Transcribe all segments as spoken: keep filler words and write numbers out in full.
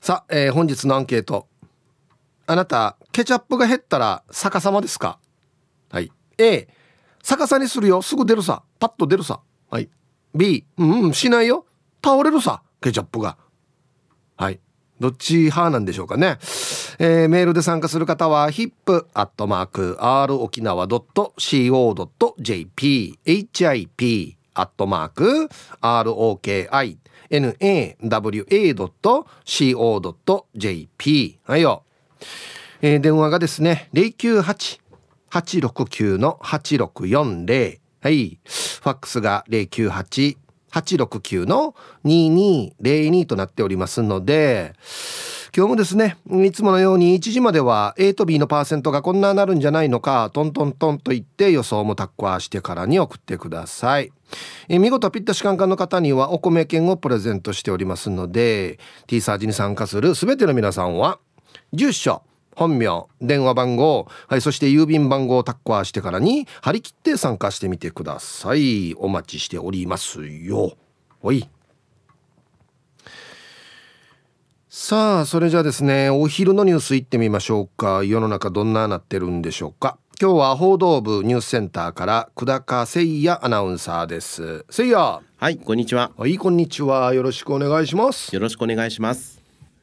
さあ、えー、本日のアンケート。あなたケチャップが減ったら逆さまですか？はい。 A 逆さにするよ、すぐ出るさ、パッと出るさ。はい。 B うんうんしないよ、倒れるさケチャップが。はい。どっち派なんでしょうかね。えー、メールで参加する方は ヒップ アットマーク アール 沖縄 ドット シーオー ドット ジェーピー ヒップ アットマーク アール オーケーアイエヌエーダブリューエー ドット シーオー ドット ジェーピー はいよ。えー、電話がですね ゼロきゅうはち はちろくきゅう はちろくよんゼロ、はい。ファックスが ゼロきゅうはち はちろくきゅう ににゼロにとなっておりますので、今日もですね、いつものようにいちじまでは A と B のパーセントがこんななるんじゃないのか、トントントンと言って予想もタッコアしてからに送ってください。え見事ピッタシカンカンの方にはお米券をプレゼントしておりますので、 T サージに参加するすべての皆さんは住所、本名、電話番号、はい、そして郵便番号をタッコアしてからに張り切って参加してみてください。お待ちしておりますよ。おい。さあ、それじゃあですね、お昼のニュースいってみましょうか。世の中どんななってるんでしょうか。今日は報道部ニュースセンターから久高誠也アナウンサーです。誠也。 はい、こんにちは。 はい、こんにちは。よろしくお願いします。 よろしくお願いします。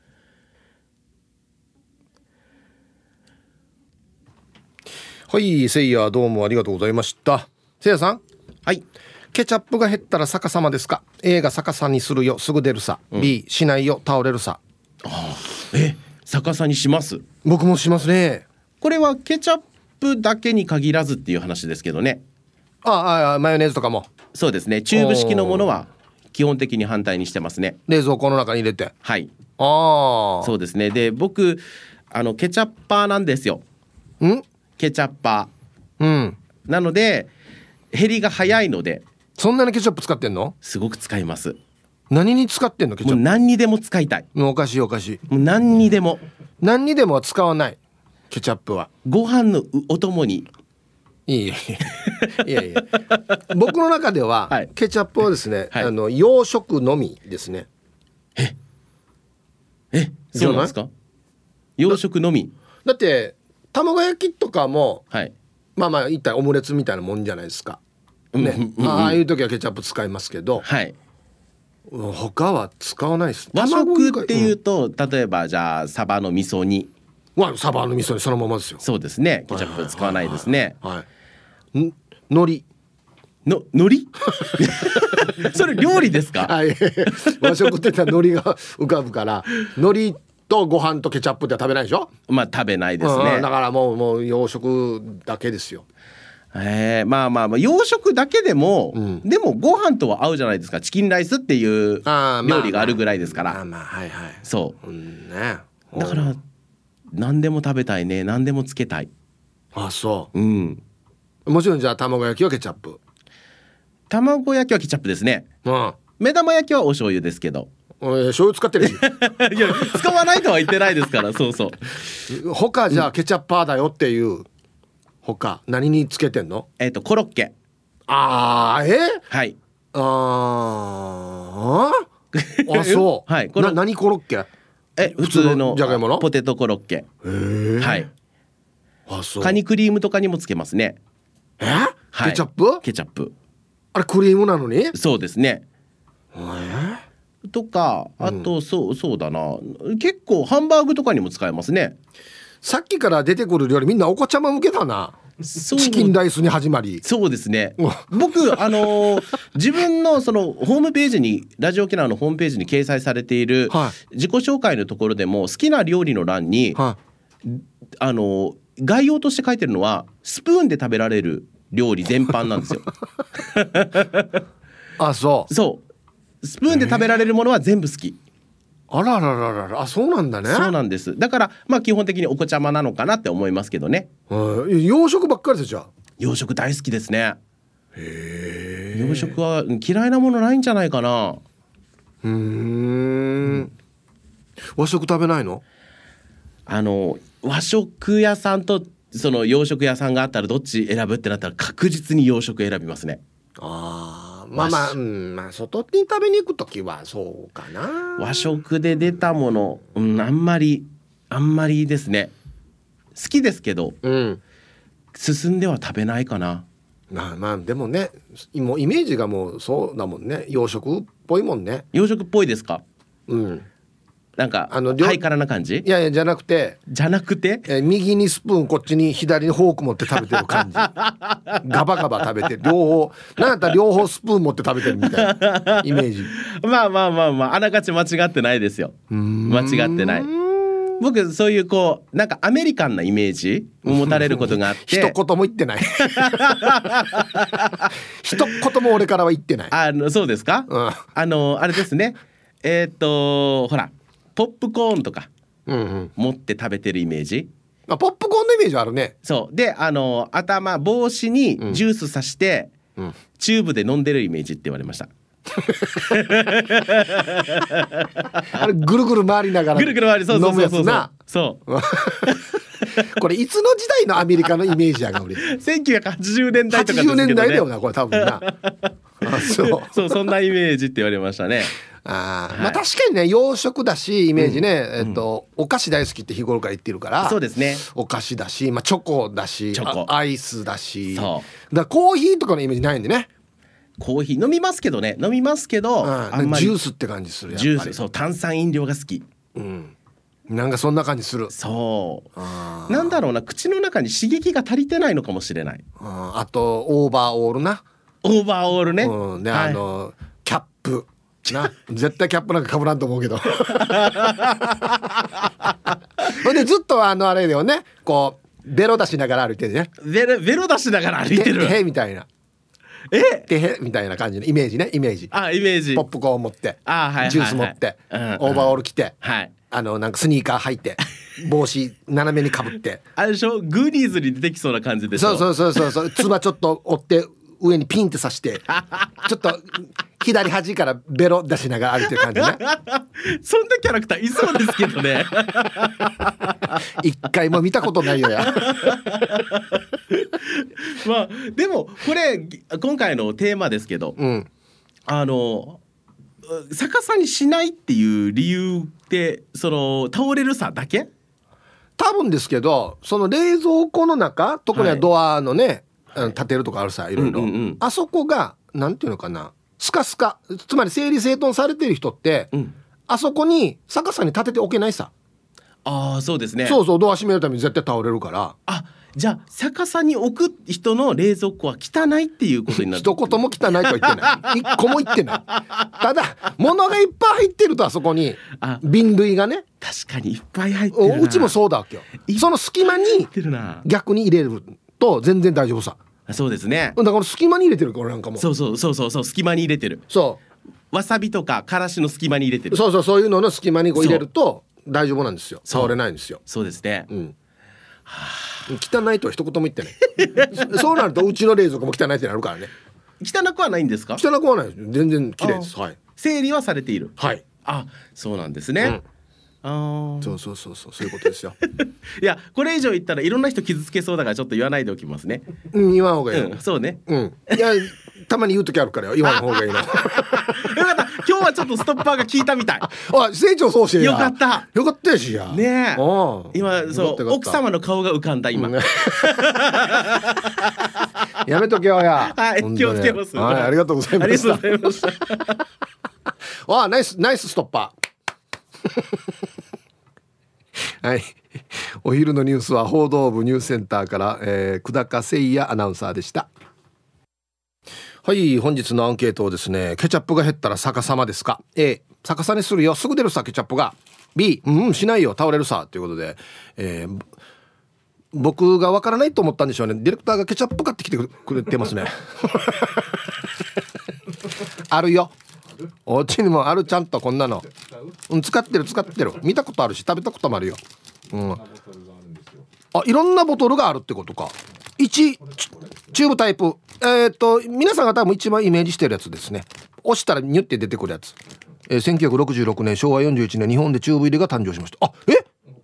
はい、誠也どうもありがとうございました。誠也さん。 はい。 ケチャップが減ったら逆さまですか？ A が逆さにするよ、すぐ出るさ、うん、B しないよ、倒れるさ。 ああ、え、逆さにします。 僕もしますね。 これはケチャップだけに限らずっていう話ですけどね。 ああ、マヨネーズとかも。 そうですね、チューブ式のものは基本的に反対にしてますね。 冷蔵庫の中に入れて。 はい。 ああ、 そうですね。で、僕あのケチャッパーなんですよ。 ん？ ケチャッパー。うん。 なので減りが早いので。 そんなにケチャップ使ってんの？ すごく使います。 何に使ってんのケチャップ？ もう何にでも使いたい。 もうおかしいおかしい。 もう何にでも。 何にでもは使わない。ケチャップは。 ご飯のお供に。 いやいやいや僕の中では、はい、ケチャップはですね、はい、あの洋食のみですね。 ええ、そうなんですか？洋食のみ。 だって卵焼きとかも、 はい、 まあまあ一体オムレツみたいなもんじゃないですかね、うんうんうん、ああいう時はケチャップ使いますけど、 はい、 他は使わないです。 和食っていうと、うん、例えばじゃあサバの味噌煮はサバの味噌煮そのままですよ。 そうですね、ケチャップ使わないですね。 はいはいはいはい、ん海苔の海苔それ料理ですか？ はい、和食って言ったら海苔が浮かぶから海苔とご飯とケチャップって食べないでしょ。 まあ食べないですね、 うん、だからもう、もう洋食だけですよ。 えー、まあまあまあ洋食だけでも、うん、でもご飯とは合うじゃないですか。チキンライスっていう料理があるぐらいですから。 まあまあ、まあまあ、はいはい、 そう、 うんね、 だから何でも食べたいね、何でもつけたい。 あ、そう、 うん、 もちろんじゃあ卵焼きはケチャップ。 卵焼きはケチャップですね、 うん、 目玉焼きはお醤油ですけど、 えー、醤油使ってるしいや使わないとは言ってないですから。そうそう。 他じゃあケチャッパーだよっていう、他何につけてんの？ えっとコロッケ。 あー、えー、 はい。 あーあ、そうはい、 な、何コロッケ？ え、普通のじゃがいものポテトコロッケ。 へー、 はい。 あ、そう。 カニクリームとかにもつけますね。 え、はい、ケチャップ？ ケチャップ。 あれクリームなのに？ そうですね。 えーとか、あと、うん、そうそうだな、結構ハンバーグとかにも使えますね。 さっきから出てくる料理みんなお子ちゃま向けだな。チキンライスに始まり。 そうですね。僕あのー、自分のそのホームページに、ラジオ沖縄のホームページに掲載されている自己紹介のところでも、好きな料理の欄に、はい、あのー、概要として書いてるのはスプーンで食べられる料理全般なんですよ。 あ、そう。 そう、スプーンで食べられるものは全部好き。 あららららら、あ、そうなんだね。 そうなんです。だからまあ基本的にお子ちゃまなのかなって思いますけどね。 洋食ばっかりでじゃあ。 洋食大好きですね。 へー、洋食は嫌いなものないんじゃないかな。 うーん、うん、和食食べないの？ あの和食屋さんとその洋食屋さんがあったらどっち選ぶってなったら確実に洋食選びますね。 あ、 まあまあ、うん、まあ外に食べに行くときはそうかな。 和食で出たもの、うん、あんまりあんまりですね。好きですけど、 うん、 進んでは食べないかな。 まあまあでもね、もうイメージがもうそうだもんね。洋食っぽいもんね。 洋食っぽいですか。 うん。 なんかあのハイカラな感じ。 いやいやじゃなくてじゃなくて、 えー右にスプーンこっちに左にフォーク持って食べてる感じ。ガバガバ食べて両方なんやったら両方スプーン持って食べてるみたいなイメージ。 まあまあまあまああながち間違ってないですよ。間違ってない。僕そういうこうなんかアメリカンなイメージを持たれることがあって一言も言ってない一言も俺からは言ってない。 あのそうですか、うん、あのあれですねえっ、ー、とほらポップコーンとか持って食べてるイメージ、 うんうん、ポップコーンのイメージあるね。 そうであの頭帽子にジュースさして、うん、チューブで飲んでるイメージって言われましたあれぐるぐる回りながらぐるぐる回りそうそうそうそうそうこれいつの時代のアメリカのイメージやが俺せんきゅうひゃくはちじゅうねんだいとかですけどね。 はちじゅうねんだいだよなこれ多分なあそうそうそんなイメージって言われましたね。 あ、はい、まあ確かにね洋食だしイメージね、うん、えっと、うん、お菓子大好きって日頃から言ってるからそうですねお菓子だし、まあ、チョコだしアイスだしそうだからコーヒーとかのイメージないんでね。 コーヒー飲みますけどね飲みますけど、うん、 あんまりジュースって感じするやっぱり。 ジュースそう炭酸飲料が好き、 うん、なんかそんな感じする。 そうなんだろうな口の中に刺激が足りてないのかもしれない。 あ, あとオーバーオールなオーバーオールね、 うん、で、はい、あのキャップな絶対キャップなんか被らんと思うけどでずっとあのあれだよねこうベロ出しながら歩いてるね。 ベロベロ出しながら歩いてるへへみたいなえてへみたいな感じのイメージねイメージ。 あイメージポップコーン持ってあ、はいはいはい、 ジュース持って、うんうん、オーバーオール着て、 はい、 あのなんかスニーカー履いて帽子斜めにかぶってあれでしょグーニーズに出てきそうな感じでしょ。 そうそうそうそうつばちょっと折って上にピンって刺してちょっと左端からベロ出しながら歩いてる感じねそんなキャラクターいそうですけどね一回も見たことないよやまあでもこれ今回のテーマですけど、うん、あの逆さにしないっていう理由ってその倒れるさだけ多分ですけどその冷蔵庫の中特にはドアのね、はい、立てるとかあるさいろいろ、うんうんうん、あそこがなんていうのかなスカスカつまり整理整頓されてる人って、うん、あそこに逆さに立てておけないさ。 ああそうですね。 そうそうドア閉めるために絶対倒れるから。 あじゃあ逆さに置く人の冷蔵庫は汚いっていうことになる一言も汚いとは言ってない一個も言ってないただ物がいっぱい入ってるとあそこに瓶類がね確かにいっぱい入ってるな。 うちもそうだわけよ。その隙間に逆に入れると全然大丈夫さ。 そうですね。 だから隙間に入れてるからなんかもそうそうそうそうそう隙間に入れてる。そうわさびとかからしの隙間に入れてる。 そうそうそういうのの隙間にこう入れると大丈夫なんですよ。倒れないんですよ。 そうですね、 うんはあ、汚いとは一言も言ってないそうなるとうちの冷蔵庫も汚いってなるからね。 汚くはないんですか。 汚くはないです全然綺麗です、はい、 整理はされている。 はいあそうなんですね、うん、あそうそうそうそうそういうことですよいやこれ以上言ったらいろんな人傷つけそうだからちょっと言わないでおきますね。 うん言わん方がいいよ、 うん、そうね、 うん、いやたまに言う時あるからよ言わん方がいいなよかった今日はちょっとストッパーが効いたみたいあ成長そうしやよかったよかったやしやねえ今そう奥様の顔が浮かんだ今、うん、 やめとけよやはい気をつけます、 はい、ありがとうございましたありがとうございましたあナイスナイスストッパーはいお昼のニュースは報道部ニュースセンターから、えー、久高誠也アナウンサーでした。はい本日のアンケートをですねケチャップが減ったら逆さまですか。 A 逆さにするよすぐ出るさケチャップが。 B うん、しないよ倒れるさということで、えー、僕がわからないと思ったんでしょうね。ディレクターがケチャップ買ってきてくれてますねあるよお家にもあるちゃんとこんなの、うん、使ってる使ってる見たことあるし食べたこともあるよ、うん、あいろんなボトルがあるってことか。いちチューブタイプえっと皆さんが多分一番イメージしてるやつですね。押したらニュッて出てくるやつ、えー、せんきゅうひゃくろくじゅうろくねんしょうわよんじゅういちねん日本でチューブ入れが誕生しました。あえ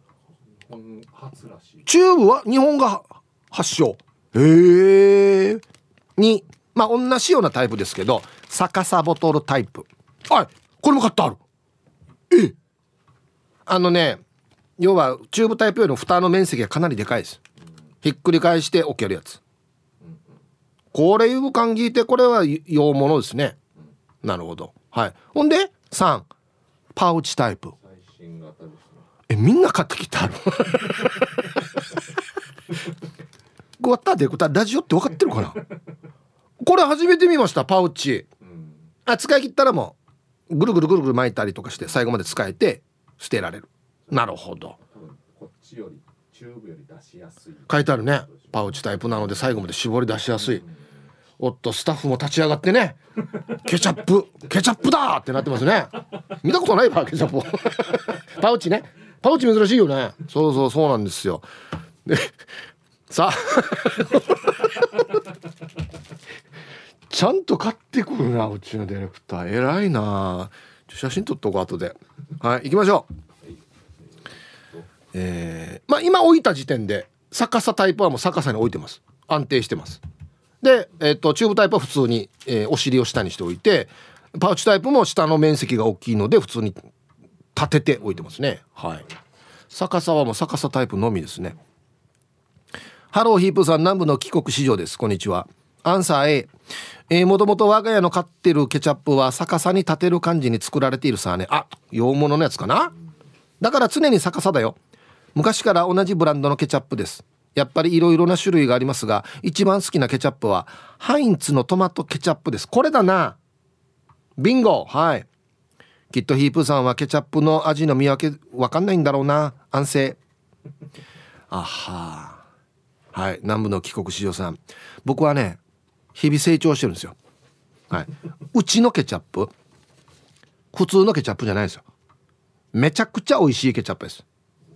チューブは日本が発祥へえにまあ同じようなタイプですけど逆さボトルタイプ。はい、これも買ってある。えあのね、要はチューブタイプよりも蓋の面積がかなりでかいです。ひっくり返して置けるやつ。これいう感じで、これは洋物ですね。なるほど。はい。ほんでさん、パウチタイプ。え、みんな買ってきたのこうやったで、これラジオって分かってるかな。これ初めて見ました、パウチ。あ、使い切ったらもうぐるぐるぐるぐる巻いたりとかして最後まで使えて捨てられる。なるほど。こっちよりチューブより出しやすい書いてあるね。パウチタイプなので最後まで絞り出しやすい。おっと、スタッフも立ち上がってね、ケチャップケチャップだってなってますね。見たことないわ、ケチャップパウチね、パウチ珍しいよね。そうそうそうなんですよ。でさあちゃんと買ってくるな、うちのディレクター。偉いな。写真撮っとこう後で。はい、行きましょう。えー、まあ今置いた時点で逆さタイプはもう逆さに置いてます。安定してます。で、えー、とチューブタイプは普通に、えー、お尻を下にしておいて、パウチタイプも下の面積が大きいので普通に立てて置いてますね。はい。逆さはもう逆さタイプのみですね。ハローヒープさん、南部の帰国子女です。こんにちは。アンサー A、えー、もともと我が家の飼ってるケチャップは逆さに立てる感じに作られているさね。あ、洋物のやつかな。だから常に逆さだよ。昔から同じブランドのケチャップです。やっぱりいろいろな種類がありますが、一番好きなケチャップはハインツのトマトケチャップです。これだな。ビンゴ。はい。きっとヒープさんはケチャップの味の見分けわかんないんだろうな。安静。あはー。はい。南部の帰国子女さん、僕はね、日々成長してるんですよ。はい。うちのケチャップ、普通のケチャップじゃないですよ。めちゃくちゃ美味しいケチャップです。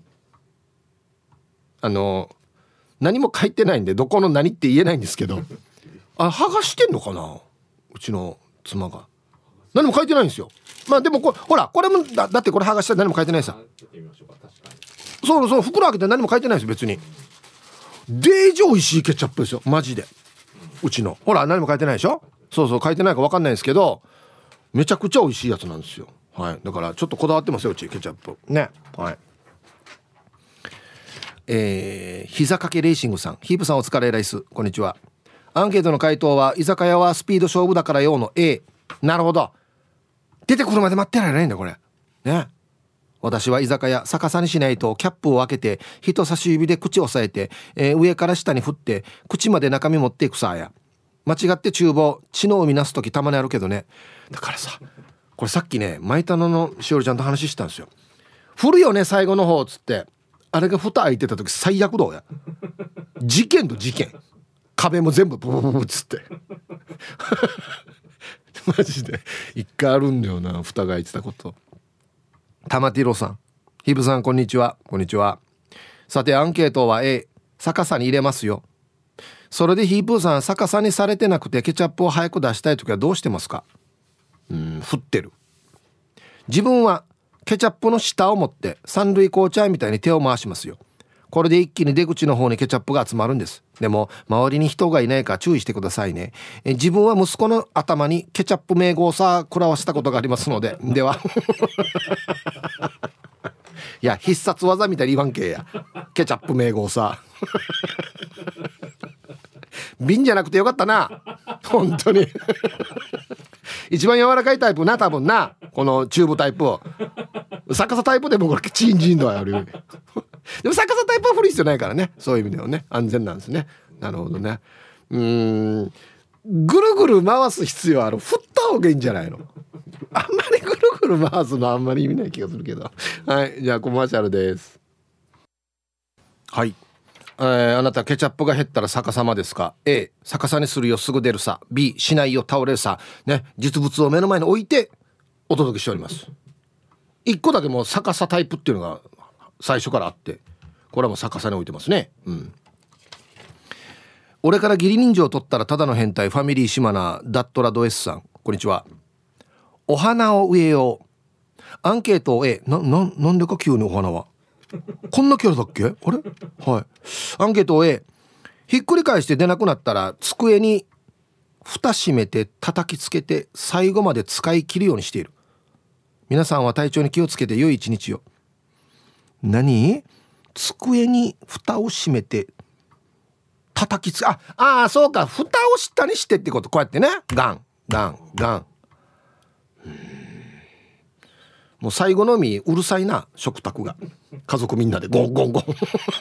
あの何も書いてないんでどこの何って言えないんですけど、あ、剥がしてんのかな、うちの妻が。何も書いてないんですよ。まあでもこれほら、これも だ, だってこれ剥がしたら何も書いてないさ。そうそう、袋開けて何も書いてないです別に。デージ美味しいケチャップですよ、マジで。うちのほら何も書いてないでしょ。そうそう、書いてないか分かんないんですけど、めちゃくちゃ美味しいやつなんですよ。はい。だからちょっとこだわってますよ、うちケチャップね。はい。えー、膝掛けレーシングさん、ヒープさんお疲れライス、こんにちは。アンケートの回答は居酒屋はスピード勝負だからよの A。 なるほど、出てくるまで待ってられないんだこれね。私は居酒屋逆さにしないとキャップを開けて人差し指で口を押さえて、えー、上から下に振って口まで中身持っていくさや。間違って厨房血の海なす時たまにあるけどね。だからさ、これさっきねマイタノのしおりちゃんと話したんですよ。振るよね最後の方つって、あれが蓋開いてた時最悪どうや。事件と事件、壁も全部ブブブブつってマジで一回あるんだよな、蓋が開いてたこと。玉ティロさん、ヒブさんこんにちは。こんにちは。さてアンケートは A、 逆さに入れますよ。それでヒープーさん、逆さにされてなくてケチャップを早く出したいときはどうしてますか。うーん、振ってる。自分はケチャップの下を持って三塁コーチャーみたいに手を回しますよ。これで一気に出口の方にケチャップが集まるんです。でも周りに人がいないか注意してくださいね。え自分は息子の頭にケチャップ名号さ食らわせたことがありますので。ではいや必殺技みたいに言わんけや、ケチャップ名号さ瓶じゃなくてよかったな本当に一番柔らかいタイプな、多分な、このチューブタイプを。逆さタイプでもこれチンジン度あるよでも逆さタイプは古い必要ないからね、そういう意味ではね、安全なんですね。なるほどね。うーん、ぐるぐる回す必要ある。振った方がいいんじゃないの。あんまりぐるぐる回すのあんまり意味ない気がするけど。はい、じゃあコマーシャルです。はい、えー、あなたケチャップが減ったら逆さまですか。 A、 逆さにするよすぐ出るさ。 B、 しないよ倒れるさね。実物を目の前に置いてお届けしております。一個だけもう逆さタイプっていうのが最初からあって、これはもう逆さに置いてますね。うん。俺から義理人情を取ったらただの変態、ファミリーシマナーダットラド S さん、こんにちは。お花を植えよう。アンケートを A。 な, な, なんでか急にお花はこんなキャラだっけ、あれ。はい。アンケートを A。 ひっくり返して出なくなったら机に蓋閉めて叩きつけて最後まで使い切るようにしている。皆さんは体調に気をつけて良い一日を。何？机に蓋を閉めて叩きつけ、ああそうか、蓋を下にしてってこと。こうやってね、ガンガンガン。うーん、もう最後のみうるさいな、食卓が。家族みんなでゴンゴンゴン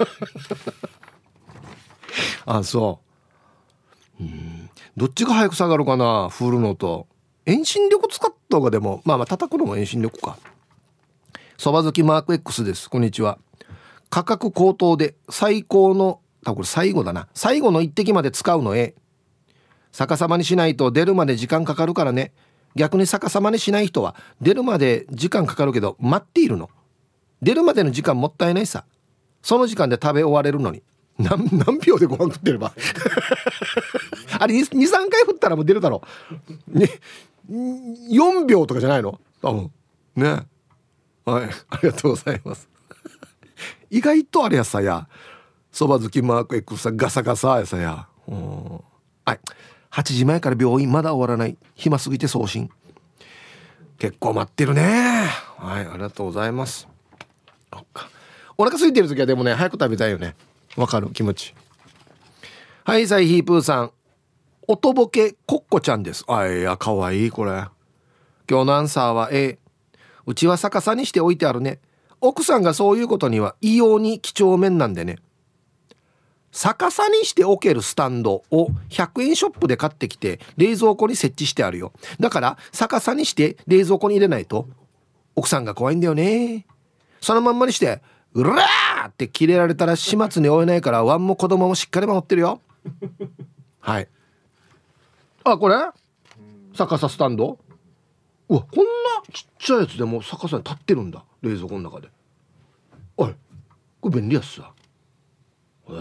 あ、そう。うーん、どっちが早く下がるかな、振るのと遠心力使った方が。でもまあまあ叩くのも遠心力か。そば好きマーク X です。こんにちは。価格高騰で最高の、あ、これ最後だな、最後の一滴まで使うのえ逆さまにしないと出るまで時間かかるからね。逆に逆さまにしない人は出るまで時間かかるけど待っているの。出るまでの時間もったいないさ。その時間で食べ終われるのに 何, 何秒でご飯食ってればあれ にさんかい振ったらもう出るだろう、ね、よんびょうとかじゃないの多分ね。はい、ありがとうございます意外とあれやさや、そば好きマーク X さガサガサやさや。うん、はい、はちじまえから病院まだ終わらない、暇すぎて送信。結構待ってるね。はい、ありがとうございます。お腹空いてる時はでもね、早く食べたいよね。わかる気持ち。はい、サイヒープーさん、おとぼけコッコちゃんです。あ、いやかわいい。これ今日のアンサーは A。 うちは逆さにして置いてあるね。奥さんがそういうことには異様に几帳面なんでね。逆さにして置けるスタンドをひゃくえんショップで買ってきて冷蔵庫に設置してあるよ。だから逆さにして冷蔵庫に入れないと奥さんが怖いんだよね。そのまんまにしてうらーって切れられたら始末に負えないから、ワンも子供もしっかり守ってるよはい。あ、これ逆さスタンド、うわ、こんなちっちゃいやつでも逆さに立ってるんだ、冷蔵庫の中で。おい、これ便利やつさ。へえ、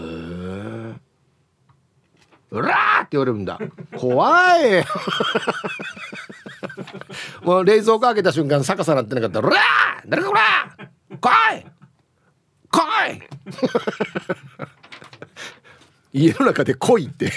うらーって言われるんだ。怖いもう冷蔵庫開けた瞬間逆さなってなかったら、うらー、誰かこら来い来い家の中で来いって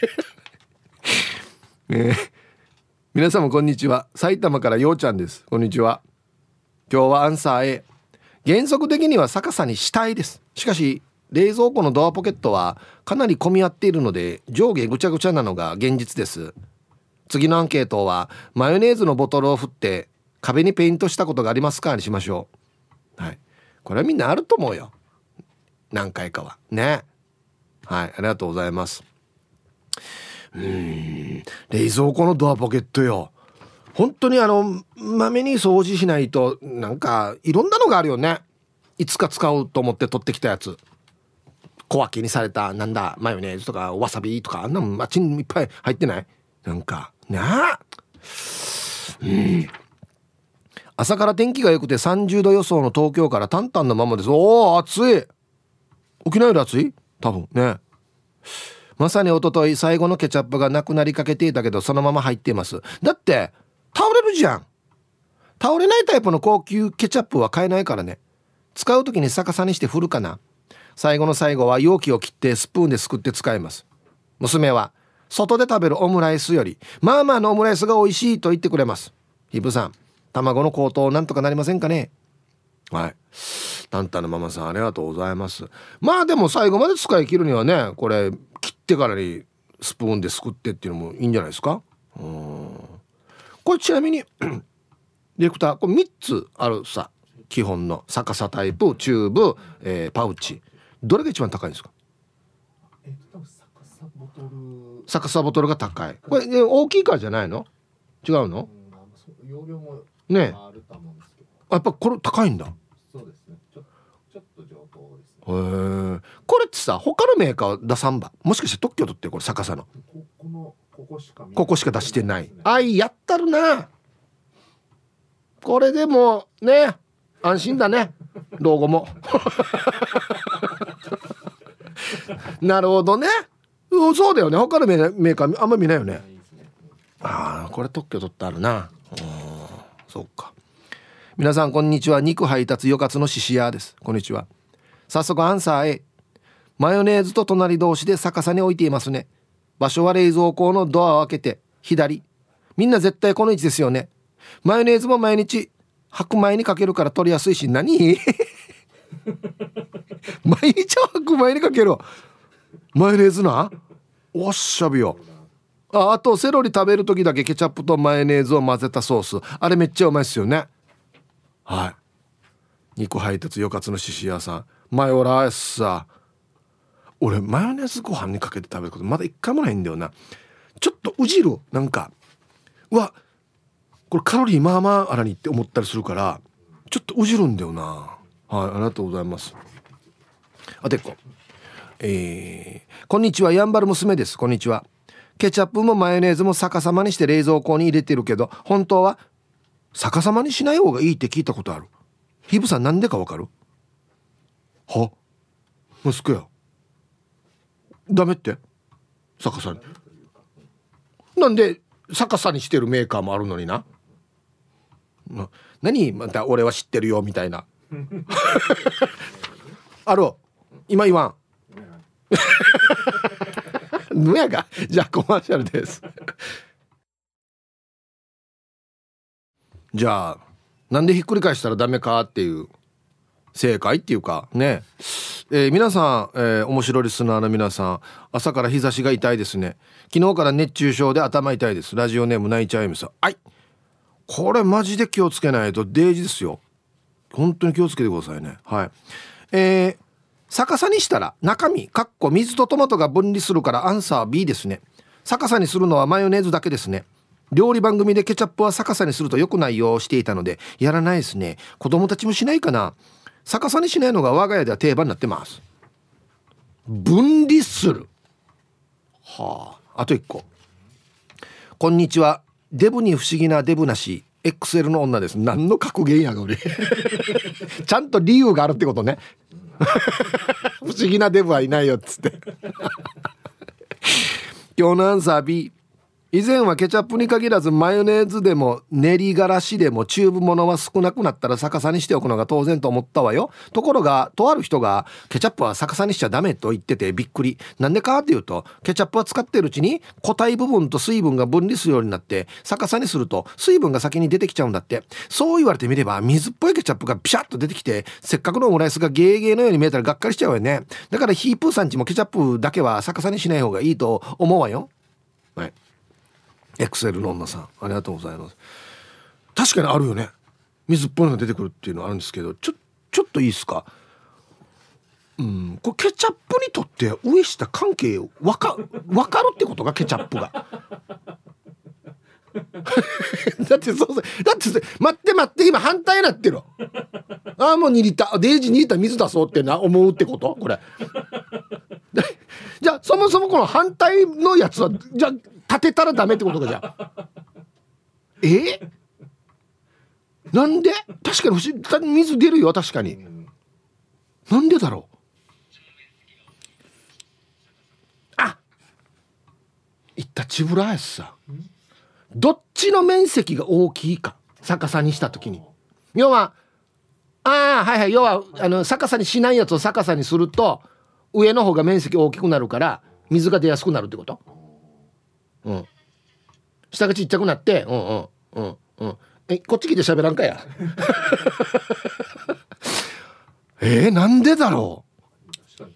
えー、皆様こんにちは。埼玉からようちゃんです。こんにちは。今日はアンサー A。 原則的には逆さにしたいです。しかし冷蔵庫のドアポケットはかなり混み合っているので上下ぐちゃぐちゃなのが現実です。次のアンケートはマヨネーズのボトルを振って壁にペイントしたことがありますかにしましょう。はい、これはみんなあると思うよ、何回かはね。はい、ありがとうございます。うーん、冷蔵庫のドアポケットよ、本当にあのまめに掃除しないとなんかいろんなのがあるよね。いつか使うと思って取ってきたやつ、小分けにされたなんだマヨネーズとかわさびとか、あんなのマチンいっぱい入ってない？なんかなあ、うん。朝から天気が良くてさんじゅうど予想の東京からタンタンのままです。おー暑い。沖縄より暑い多分ね。まさに一昨日最後のケチャップがなくなりかけていたけどそのまま入っています。だって倒れるじゃん。倒れないタイプの高級ケチャップは買えないからね。使う時に逆さにして振るかな。最後の最後は容器を切ってスプーンですくって使います。娘は外で食べるオムライスよりまあまあのオムライスが美味しいと言ってくれます。ヒブさん、卵の高騰なんとかなりませんかね。はい、タンタンのママさんありがとうございます。まあでも最後まで使い切るにはね、これ切ってからにスプーンですくってっていうのもいいんじゃないですか。うーん、これちなみにディレクターこれみっつあるさ、基本の逆さタイプ、チューブ、えー、パウチ、どれが一番高いんですか。 えっと逆さボトル、 逆さボトルが高い。これ大きいからじゃないの？違うの？ うん、容量もね、 あると思うんですけど、 やっぱこれ高いんだ。 そうですね、ちょ、ちょっと上等ですね。 へえ。これってさ他のメーカー出さんば、もしかして特許取ってこれ逆さのここのここしかここしか出してない。あいやったるな。これでもね安心だね老後もなるほどね。そうだよね、他のメーカーあんま見ないよね。ああ、これ特許取ってあるな。そうか。皆さんこんにちは。肉配達よかつのししやです。こんにちは。早速アンサー A。 マヨネーズと隣同士で逆さに置いていますね。 場所は冷蔵庫のドアを開けて左。みんな絶対この位置ですよね。マヨネーズも毎日白米にかけるから取りやすいし。何毎日白米にかけるマヨネーズな。おっしゃびよ。ああとセロリ食べる時だけケチャップとマヨネーズを混ぜたソース、あれめっちゃうまいっすよね。はい。肉配達よかつの獅子屋さん、マヨラーさ。俺マヨネーズご飯にかけて食べることまだ一回もないんだよな。ちょっとうじる、なんかうわこれカロリーまあまああらにって思ったりするからちょっとうじるんだよな。はい、ありがとうございます。あてっこ、えー、こんにちは、やんばる娘です。こんにちは。ケチャップもマヨネーズも逆さまにして冷蔵庫に入れてるけど、本当は逆さまにしない方がいいって聞いたことある。ヒブさんなんでかわかる？は息子やダメって逆さになんで逆さにしてるメーカーもあるのにな。な何また俺は知ってるよみたいなある今言わんぬやが。じゃあコマーシャルですじゃあなんでひっくり返したらダメかっていう正解っていうかね、えー、皆さん、えー、面白リスナーの皆さん、朝から日差しが痛いですね。昨日から熱中症で頭痛いです。ラジオネーム泣いちゃいます。はい、これマジで気をつけないとデージですよ。本当に気をつけてくださいね。はい。えー、逆さにしたら中身かっこ水とトマトが分離するからアンサー ビー ですね。逆さにするのはマヨネーズだけですね。料理番組でケチャップは逆さにすると良くないよしていたのでやらないですね。子供たちもしないかな。逆さにしないのが我が家では定番になってます。分離する。はあ。あと一個。こんにちは。デブに不思議なデブなし エックスエル の女です。何の格言やが俺ちゃんと理由があるってことね不思議なデブはいないよっつって今日のアンサー ビー。以前はケチャップに限らずマヨネーズでも練りがらしでもチューブものは少なくなったら逆さにしておくのが当然と思ったわよ。ところがとある人がケチャップは逆さにしちゃダメと言っててびっくり。なんでかっていうとケチャップは使っているうちに固体部分と水分が分離するようになって逆さにすると水分が先に出てきちゃうんだって。そう言われてみれば水っぽいケチャップがピシャッと出てきてせっかくのオムライスがゲーゲーのように見えたらがっかりしちゃうよね。だからヒープーさんちもケチャップだけは逆さにしない方がいいと思うわよ。はい、エクセルの女さんありがとうございます。確かにあるよね、水っぽいのが出てくるっていうのはあるんですけど、ちょちょっといいですか。うん、これケチャップにとって上下関係わかわかるってことがケチャップがだってそうだって待って待って今反対になってる。ああもうにリッターデージにリッター水出そうってな思うってことこれじゃあそもそもこの反対のやつはじゃあ立てたらダメってことか。じゃあえー、なんで確かに不思議水出るよ確かに。なんでだろう。あいったチブラやつさ、どっちの面積が大きいか逆さにした時に、要はああはいはい、要はあの逆さにしないやつを逆さにすると上の方が面積大きくなるから水が出やすくなるってこと。うん。下がちっちゃくなってうんうんうんうんえこっち来て喋らんかやえー、なんでだろう。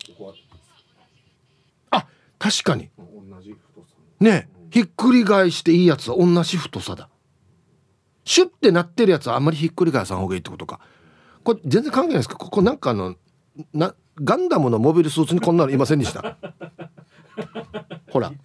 あ確かにねえ、ひっくり返していいやつは同じ太さだ。シュッてなってるやつはあんまりひっくり返さん方がいいってことか。これ全然関係ないですか。ここなんかあのなガンダムのモビルスーツにこんなのいませんでしたほら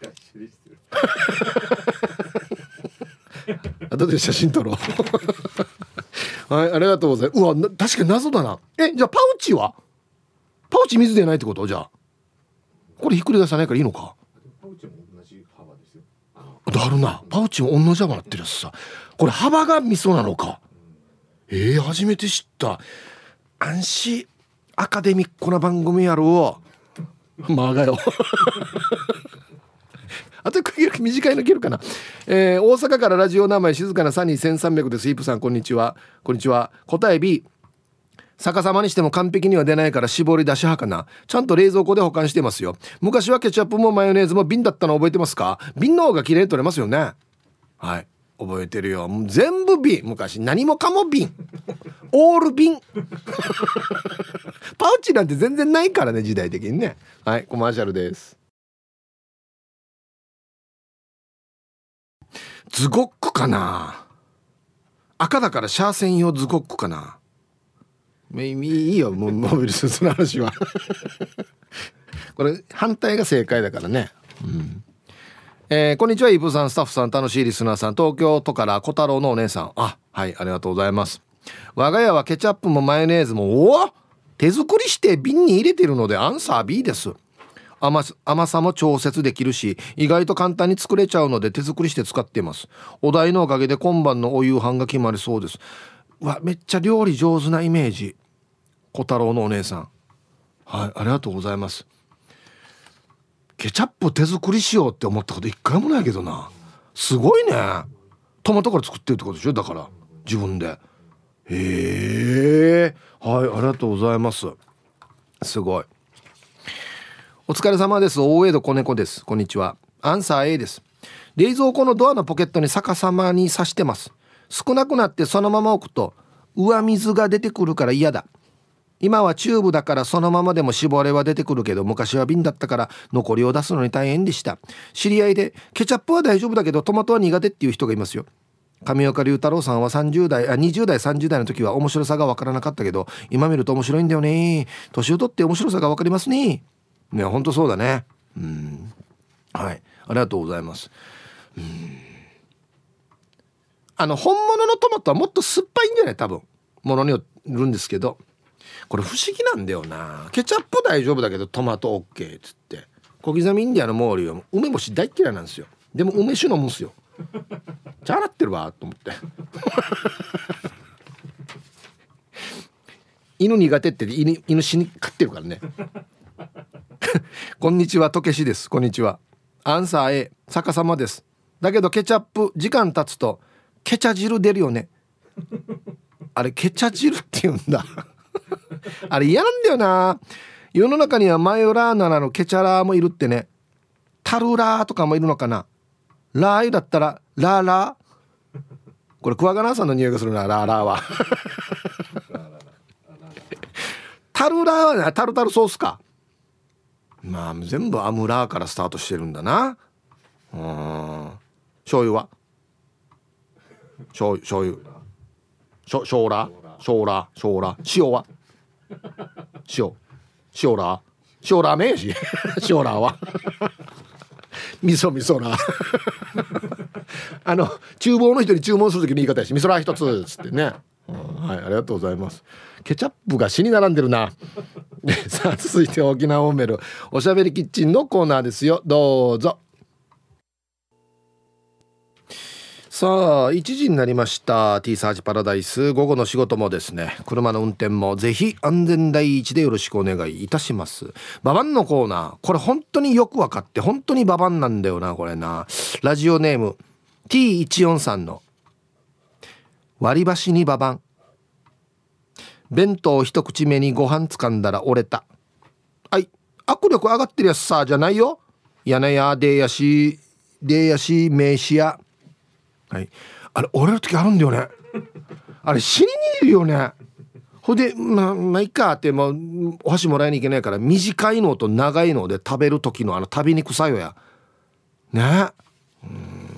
後で写真撮ろうはいありがとうございます。うわな確かに謎だな。えじゃあパウチはパウチ水でないってこと。じゃあこれひっくり返さないからいいのか。 パウチも同じ幅ですよ。 だるな、パウチも同じ幅なってるやつさ。これ幅が味噌なのか。えー、初めて知った。安心アカデミックな番組やろうまあがよあと短いの切るかな、えー、大阪からラジオ名前静かなサニーせんさんびゃくです。イープさんこんにちは。こんにちは。答え ビー。 逆さまにしても完璧には出ないから絞り出し派かな。ちゃんと冷蔵庫で保管してますよ。昔はケチャップもマヨネーズも瓶だったの覚えてますか？瓶の方が綺麗に取れますよね。はい、覚えてるよ。もう全部瓶。昔何もかも瓶オール瓶パウチなんて全然ないからね、時代的にね。はい、コマーシャルです。ズゴックかな。赤だからシャー専用ズゴックかな。いいよ、もうモビルスーツの話はこれ反対が正解だからね。うん、えー、こんにちは。イブさん、スタッフさん、楽しいリスナーさん、東京都から小太郎のお姉さん。あ、はい、ありがとうございます。我が家はケチャップもマヨネーズもおお手作りして瓶に入れてるのでアンサー ビー です。 甘, 甘さも調節できるし意外と簡単に作れちゃうので手作りして使っています。お題のおかげで今晩のお夕飯が決まりそうです。わ、めっちゃ料理上手なイメージ。小太郎のお姉さん、はい、ありがとうございます。ケチャップ手作りしようって思ったこと一回もないけどな。すごいね。トマトから作ってるってことでしょ。だから自分で。へえ、はい、ありがとうございます。すごい。お疲れ様です。大江戸子猫です。こんにちは。アンサー A です。冷蔵庫のドアのポケットに逆さまに刺してます。少なくなってそのまま置くと上水が出てくるから嫌だ。今はチューブだからそのままでも絞れは出てくるけど、昔は瓶だったから残りを出すのに大変でした。知り合いでケチャップは大丈夫だけどトマトは苦手っていう人がいますよ。上岡龍太郎さんはさんじゅう代あにじゅう代さんじゅう代の時は面白さが分からなかったけど今見ると面白いんだよね。年を取って面白さが分かりますね。ね、本当そうだね。うん、はい、ありがとうございます。うん、あの本物のトマトはもっと酸っぱいんじゃない？多分ものによるんですけど、これ不思議なんだよな。ケチャップ大丈夫だけどトマト OK っつって、小刻みインディアのモーリーは梅干し大嫌いなんですよ。でも梅酒飲むんすよ。じゃあ洗ってるわと思って犬苦手って 犬, 犬死に飼ってるからねこんにちは、とけしです。こんにちは。アンサー A、 逆さまです。だけどケチャップ時間経つとケチャ汁出るよね。あれケチャ汁って言うんだあれ嫌なんだよな。世の中にはマヨラーならのケチャラーもいるってね。タルラーとかもいるのかな。ラー油だったらラーラー。これクワガナーさんの匂いがするな、ラーラーはタルラーはね、タルタルソースか。まあ全部アムラーからスタートしてるんだな。うん、醤油は醤油醤油しょショーラーショーラーショーラー。塩は塩塩ラー塩ラーメンやし塩ラーは味噌味噌ラーあの厨房の人に注文する時の言い方やし、味噌ラー一つつってね、うん、はい、ありがとうございます。ケチャップが死に並んでるなさあ続いて沖縄オメルおしゃべりキッチンのコーナーですよ。どうぞ。さあいちじになりました。 T サージパラダイス、午後の仕事もですね、車の運転もぜひ安全第一でよろしくお願いいたします。ババンのコーナー、これ本当によく分かって本当にババンなんだよなこれな。ラジオネーム ティーいちよんさんの割り箸にババン。弁当一口目にご飯掴んだら折れた。はい、握力上がってるやつさじゃないよ。やなやでやしでやしめしや。はい、あれ折れる時あるんだよね。あれ死ににいるよね。ほいでまあまあいいかってもうお箸もらいに行けないから短いのと長いので食べる時のあの食べにくさよやね。うん、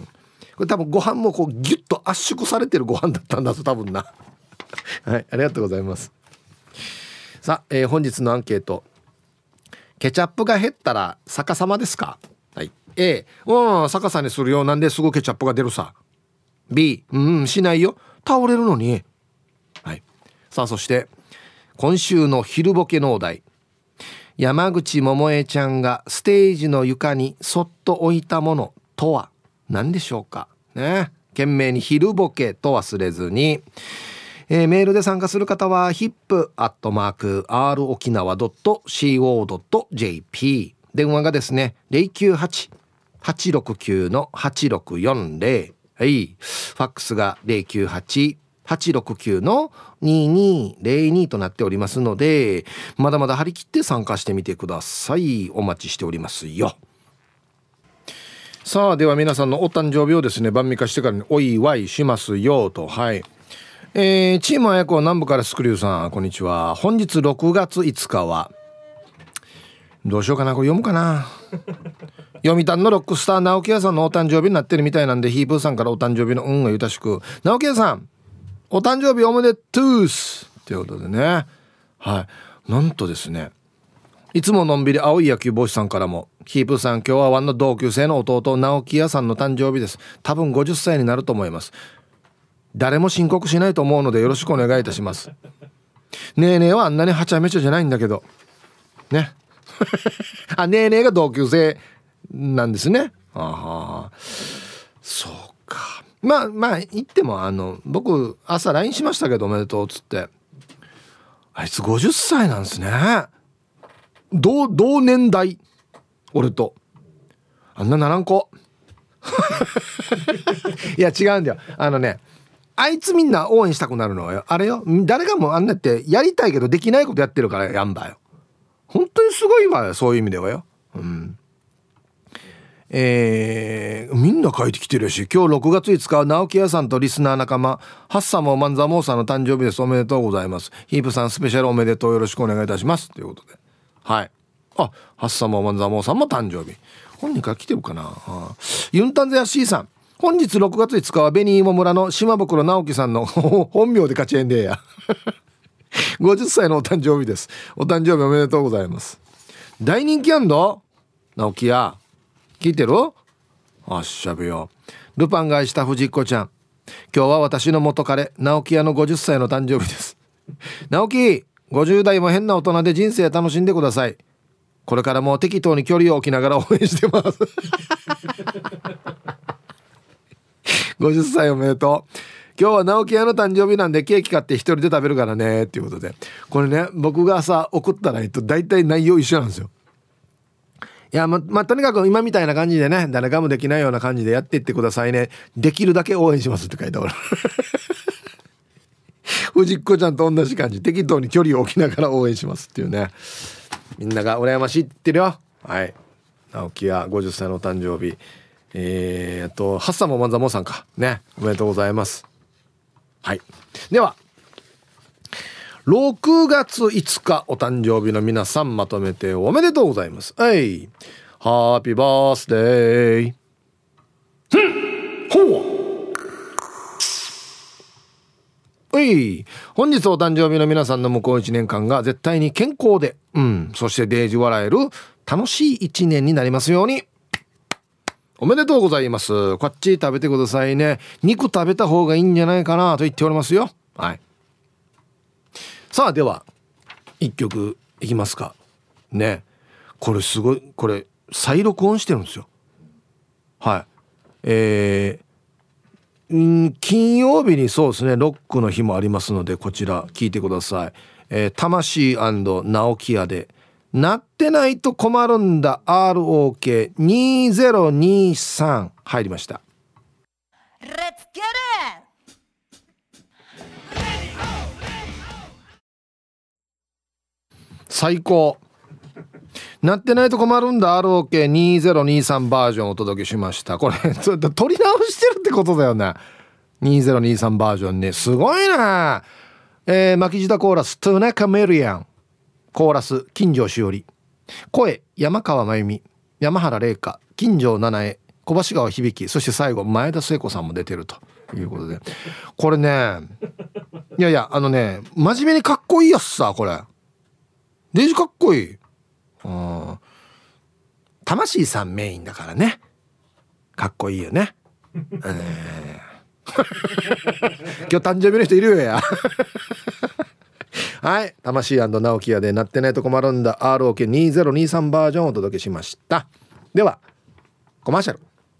これ多分ご飯もこうギュッと圧縮されてるご飯だったんだぞ多分なはい、ありがとうございます。さあ、えー、本日のアンケート、ケチャップが減ったら逆さまですか？はい、 A、 うん逆さにするよ。なんですぐケチャップが出るさ。 B、 うんしないよ、倒れるのに。はい、さあそして今週の昼ボケのお題、山口百恵ちゃんがステージの床にそっと置いたものとは何でしょうかね。懸命に昼ボケと忘れずに、えー、メールで参加する方は ヒップ アットマーク アール 沖縄 ドット シーオー ドット ジェーピー、 電話がですね ゼロきゅうはち はちろくきゅう はちろくよんゼロ、はい、ファックスが ゼロきゅうはちはちろくきゅうのににぜろにとなっておりますので、まだまだ張り切って参加してみてください。お待ちしておりますよ。さあ、では皆さんのお誕生日をですね、晩御飯してからにお祝いしますよと。はい、えー、チームあやこ南部からスクリューさん、こんにちは。本日ろくがついつかはどうしようかな、これ読むかな読谷のロックスター直木屋さんのお誕生日になってるみたいなんで、ヒープーさんからお誕生日の運がゆたしく。直木屋さんお誕生日おめでとうすということでね。はい、なんとですね、いつものんびり青い野球帽子さんからも、ヒープーさん今日はワンの同級生の弟直木屋さんの誕生日です。多分ごじゅっさいになると思います。誰も申告しないと思うのでよろしくお願いいたします。ねえねえはあんなにはちゃめちゃじゃないんだけどねあ、ねえねえが同級生なんですね。ああ、そうか。まあまあ言っても、あの僕朝 ライン しましたけどおめでとうっつって、あいつごじゅっさいなんですね。同同年代、俺とあんなならん子いや違うんだよ。あのね、あいつみんな応援したくなるのはよ、あれよ、誰がもあんなってやりたいけどできないことやってるからやんばよ。本当にすごいわよ、そういう意味ではよ。うん。えー、みんな書いてきてるし、今日ろくがついつかは直木屋さんとリスナー仲間ハッサモマンザモーさんの誕生日です。おめでとうございます。ヒープさんスペシャルおめでとう、よろしくお願いいたしますということで、はい。あ、ハッサモマンザモーさんも誕生日、本人から来てるかな、はあ、ユンタンザヤシーさん、本日ろくがついつかは紅芋村の島袋直樹さんの本名で勝ちえんでやごじゅっさいのお誕生日です。お誕生日おめでとうございます。大人気やんど直樹や、聞いてる？あっしゃべよ。ルパンが愛した藤子ちゃん、今日は私の元彼直樹屋のごじゅっさいの誕生日です。直樹、ごじゅう代も変な大人で人生楽しんでください。これからも適当に距離を置きながら応援してますごじゅっさいおめでとう。今日は直樹屋の誕生日なんでケーキ買って一人で食べるからねっていうことで、これね、僕が朝送ったらと大体内容一緒なんですよ。いや、ま、まあ、とにかく今みたいな感じでね、誰かもできないような感じでやっていってくださいね。できるだけ応援しますって書いてある藤子ちゃんと同じ感じ、適当に距離を置きながら応援しますっていうね。みんなが羨ましいって言ってるよ。はい、直樹屋ごじゅっさいのお誕生日、えー、あとハッサモマンザモさんかね、おめでとうございます。はい、ではろくがついつかお誕生日の皆さんまとめておめでとうございます。はい、ハッピーバースデー。ほう、はい、本日お誕生日の皆さんの向こういちねんかんが絶対に健康で、うん、そしてデージ笑える楽しいいちねんになりますように。おめでとうございます。こっち食べてくださいね。肉食べた方がいいんじゃないかなと言っておりますよ。はい。さあ、ではいっきょくいきますかね。これすごい、これ再録音してるんですよ。はい。えー、ん金曜日にそうですね、ロックの日もありますので、こちら聞いてください。えー、魂&直木屋でなってないと困るんだ アールオーケーにせんにじゅうさん 入りました。最高。なってないと困るんだ アールオーケーにせんにじゅうさん バージョンをお届けしました。これ撮り直してるってことだよね。にせんにじゅうさんバージョンね、すごいな。えー、巻き舌コーラストゥナカメリアン、コーラス金城しおり、声山川真由美、山原玲香、金城七重、小橋川響、そして最後前田聖子さんも出てるということで、これね、いやいや、あのね、真面目にかっこいいやつさ、これデージかっこいい。うん、魂さんメインだからね、かっこいいよね。えー今日誕生日の人いるよやはい、魂&直樹屋でなってないと困るんだ アールオーケーにせんにじゅうさん バージョンをお届けしました。ではコマーシャル。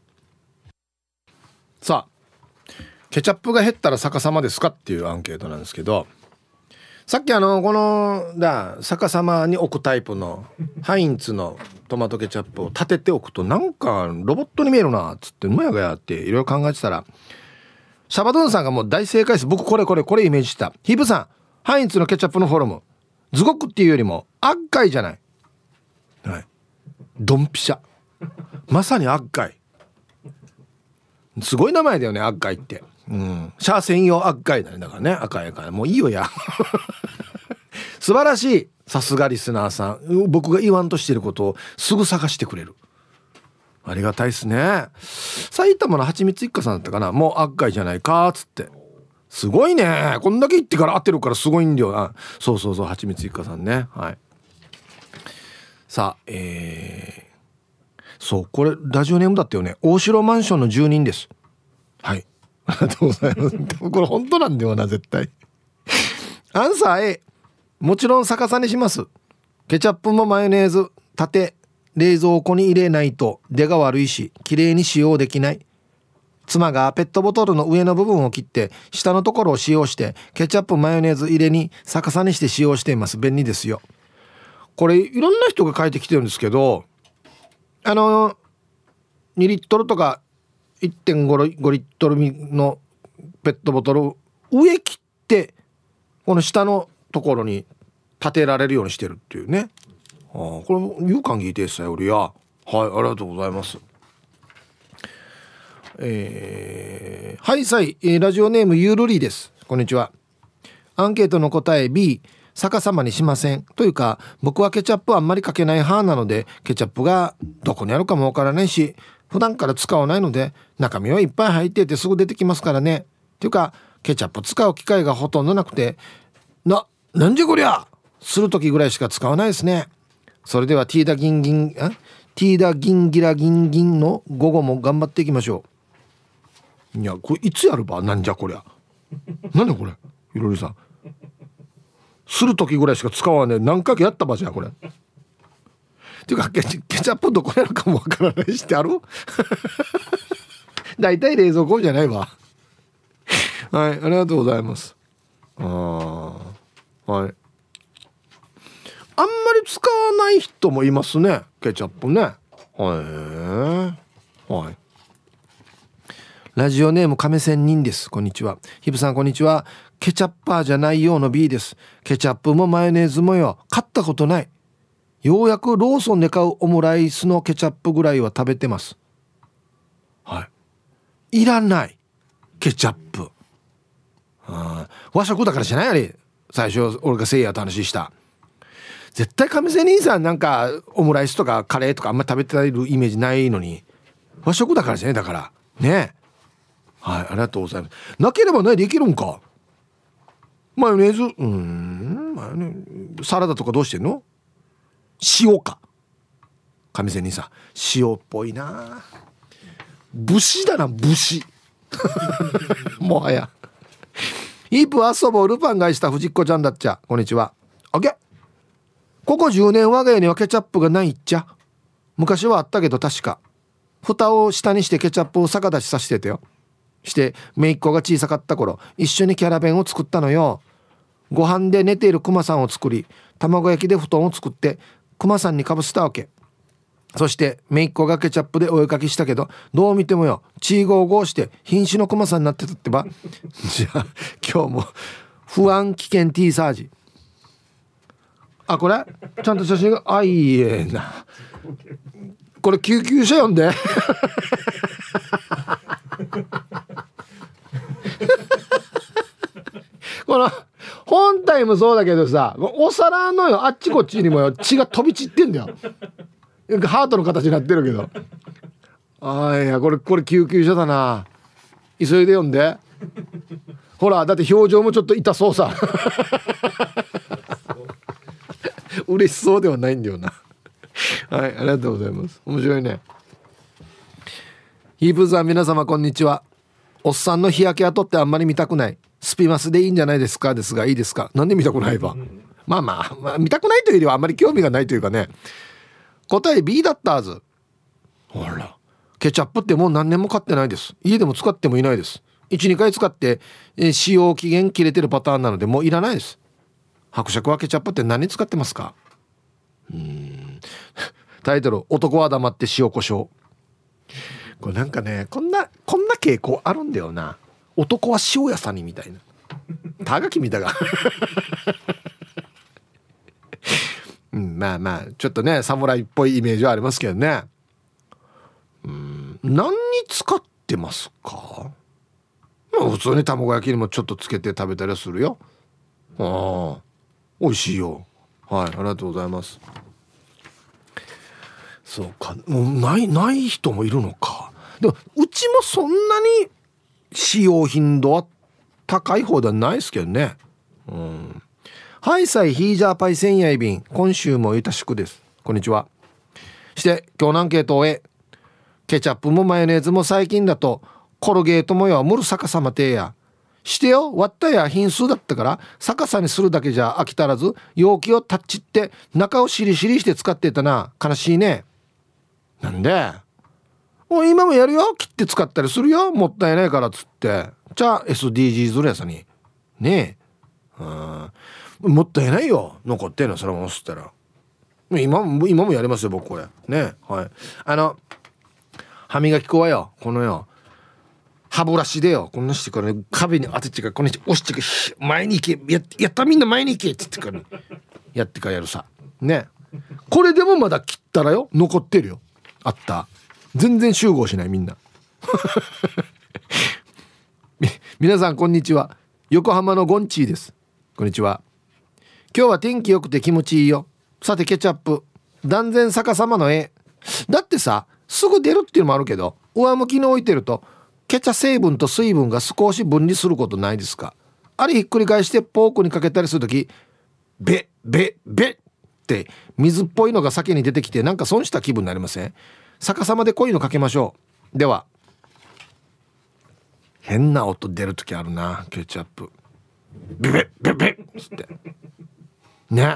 さあ、ケチャップが減ったら逆さまですかっていうアンケートなんですけど、さっきあのこのだ逆さまに置くタイプのハインツのトマトケチャップを立てておくとなんかロボットに見えるなっつってもやがやっていろいろ考えてたら、 シャバドゥンさんがもう大正解です。僕これこれこれイメージした。ヒブさん、ハインツのケチャップのフォルムズゴックっていうよりも赤いじゃない。はい、ドンピシャ、まさに赤い。すごい名前だよね、赤いって。うん、シャア専用赤いだね。だからね、赤い赤いもういいよや素晴らしい。さすがリスナーさん、僕が言わんとしてることをすぐ探してくれる。ありがたいですね。埼玉のはちみつ一家さんだったかな、もう赤いじゃないかっつって。すごいね、こんだけ言ってから合ってるからすごいんだよな。そうそうそう、はちみつ一家さんね。はい。さあ、えー、そうこれラジオネームだったよね。大城マンションの住人です。はい、ありがとうございますこれ本当なんだよな絶対アンサー A、 もちろん逆さにします。ケチャップもマヨネーズ立て冷蔵庫に入れないと出が悪いしきれいに使用できない。妻がペットボトルの上の部分を切って下のところを使用してケチャップマヨネーズ入れに逆さにして使用しています。便利ですよ。これいろんな人が書いてきてるんですけど、あのにリットルとか いってんご リットルのペットボトル上切ってこの下のところに立てられるようにしてるっていうね。あ、これも有感議定さよりや。はい、ありがとうございます。えー、はいさい、えー、ラジオネームゆるりです。こんにちは。アンケートの答え B、 逆さまにしません。というか僕はケチャップあんまりかけない派なのでケチャップがどこにあるかもわからないし普段から使わないので中身はいっぱい入っててすぐ出てきますからね。というかケチャップ使う機会がほとんどなくてな、なんじゃこりゃする時ぐらいしか使わないですね。それではティーダギンギンあティーダギンギラギンギンの午後も頑張っていきましょう。いやこれいつやるばなんじゃこりゃなんだこれいろいろさする時ぐらいしか使わねえ何回かやったばじゃこれっていうかケチャップどこやるかもわからないしてあるだいたい冷蔵庫じゃないわはい、ありがとうございます。あ、はい、あんまり使わない人もいますねケチャップね。はい、はい。ラジオネーム亀仙人です。こんにちは。ヒブさんこんにちは。ケチャッパーじゃないようの B です。ケチャップもマヨネーズもよ買ったことない。ようやくローソンで買うオムライスのケチャップぐらいは食べてます。はい、いらないケチャップ。あ、和食だからじゃないあれ。最初俺がせいやと話した。絶対亀仙人さんなんかオムライスとかカレーとかあんまり食べてるイメージないのに和食だからじゃねえ。だからね。はい、ありがとうございます。なければないでいけるんか。マヨネーズ、うーん、マヨネーズサラダとかどうしてんの。塩か亀仙人さん塩っぽいな。武士だな武士もはやイープ遊ぼうルパンがした藤子ちゃんだっちゃ。こんにちは。あげここじゅうねん我が家にはケチャップがないっちゃ。昔はあったけど確か蓋を下にしてケチャップを逆立ちさせてたよ。して姪っ子が小さかった頃一緒にキャラ弁を作ったのよ。ご飯で寝ているクマさんを作り卵焼きで布団を作ってクマさんにかぶせたわけ。そして姪っ子がケチャップでお絵かきしたけどどう見てもよチーゴーゴーして瀕死のクマさんになってたってばじゃあ今日も不安危険 T サージ。あ、これちゃんと写真があいいえな。これ救急車呼んでこの本体もそうだけどさお皿のよあっちこっちにもよ血が飛び散ってんだよ。ハートの形になってるけどあいやこれこれ救急車だな。急いで呼んで。ほらだって表情もちょっと痛そうさ嬉しそうではないんだよなはい、ありがとうございます。面白いね。ヒープーさん皆様こんにちは。おっさんの日焼け跡ってあんまり見たくない。スピマスでいいんじゃないですかですがいいですか。なんで見たくないばまあまあ、まあ、見たくないというよりはあんまり興味がないというかね。答え B だったはず。ほらケチャップってもう何年も買ってないです。家でも使ってもいないです。 いちにかい使って、えー、使用期限切れてるパターンなのでもういらないです。伯爵はケチャップって何使ってますか。うーんタイトル男は黙って塩コショウ。これなんかねこんなこんな傾向あるんだよな。 男は塩屋さんにみたいなたがきみたがうん、まあまあちょっとね侍っぽいイメージはありますけどね。うん、何に使ってますか？まあ普通に卵焼きにもちょっとつけて食べたりするよ。ああ美味しいよ。はい、ありがとうございます。そうか、もうないない人もいるのか。でもうちもそんなに使用頻度は高い方ではないですけどね。うん。はい、さいヒージャーパイセンヤイビン、今週もゆたしくです。こんにちは。して今日のアンケートをえケチャップもマヨネーズも最近だとコルゲートもよムル逆さまてやしてよ割ったや品数だったから逆さにするだけじゃ飽き足らず容器をタッチって中をシリシリして使っていたな。悲しいね。なんでもう今もやるよ、切って使ったりするよ、もったいないからっつって。じゃあ エスディージーズ のやつにねえ、うん、もったいないよ残ってんのそれも吸ったら。今も今もやりますよ僕これね。はい、あの歯磨き粉はよこのよ歯ブラシでよこんなしてから、ね、壁に当ててからこの押してから前に行け や, やったみんな前に行けって言ってから、ね、やってからやるさね。これでもまだ切ったらよ残ってるよ。あった全然集合しないみんな皆さんこんにちは。横浜のゴンチーです。こんにちは。今日は天気良くて気持ちいいよ。さてケチャップ断然逆さまの絵だってさすぐ出るっていうのもあるけど上向きに置いてるとケチャ成分と水分が少し分離することないですか？あれひっくり返してポークにかけたりするときベベベって水っぽいのが先に出てきてなんか損した気分になりません？逆さまで濃いのかけましょう。では変な音出るときあるなケチャップベベベベつってね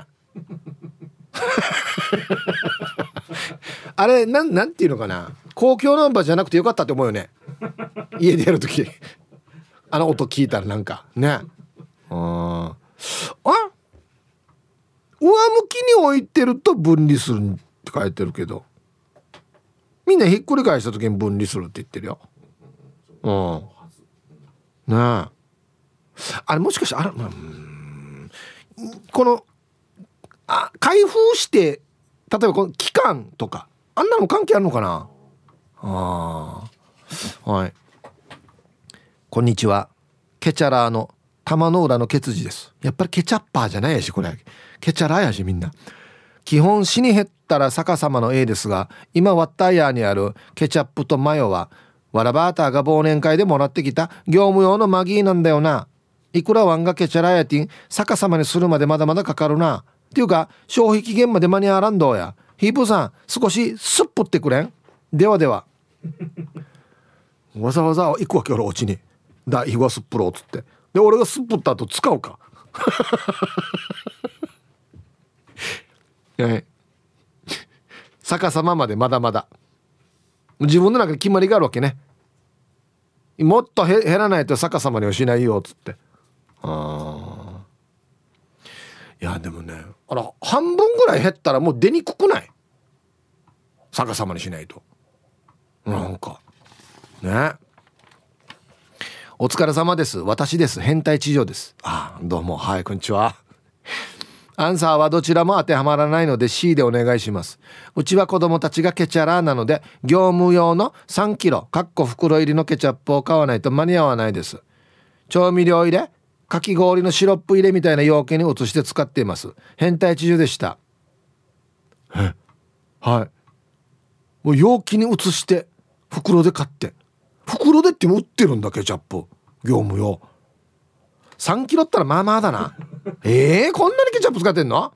あれなん、なんていうのかな公共ナンバーじゃなくてよかったって思うよね家でやるときあの音聞いたらなんかねああ上向きに置いてると分離するって書いてるけどみんなひっくり返した時に分離するって言ってるよ。うんねえあれもしかしてあれ、まあ、うんこのあ開封して例えばこの期間とかあんなの関係あるのかなあ。はいこんにちは。ケチャラーの玉の裏のケツジです。やっぱりケチャッパーじゃないやしこれケチャラーやしみんな基本死に減ったら逆さまの A ですが今ワッターヤーにあるケチャップとマヨはワラバーターが忘年会でもらってきた業務用のマギーなんだよな。いくらワンがケチャラーやティン逆さまにするまでまだまだかかるなっていうか消費期限まで間に合わらんどうや。ヒープさん少しすっぽってくれん。ではではわざわざ行くわけ俺おちにだイワすっぷろうっつってで俺がすっぽった後使うかはい逆さままでまだまだ自分の中で決まりがあるわけね。もっと減らないと逆さまにはしないよっつって。あいやでもねあら半分ぐらい減ったらもう出にくくない？逆さまにしないとなんかね。お疲れ様です。私です。変態地上です。あどうもはいこんにちは。アンサーはどちらも当てはまらないので C でお願いします。うちは子供たちがケチャラーなので業務用のさんキロかっこ袋入りのケチャップを買わないと間に合わないです。調味料入れかき氷のシロップ入れみたいな容器に移して使っています。変態地上でした。えはいもう容器に移して袋で買って袋でっても売ってるんだケチャップ業務用さんキロったらまあまあだなえー、こんなにケチャップ使ってんの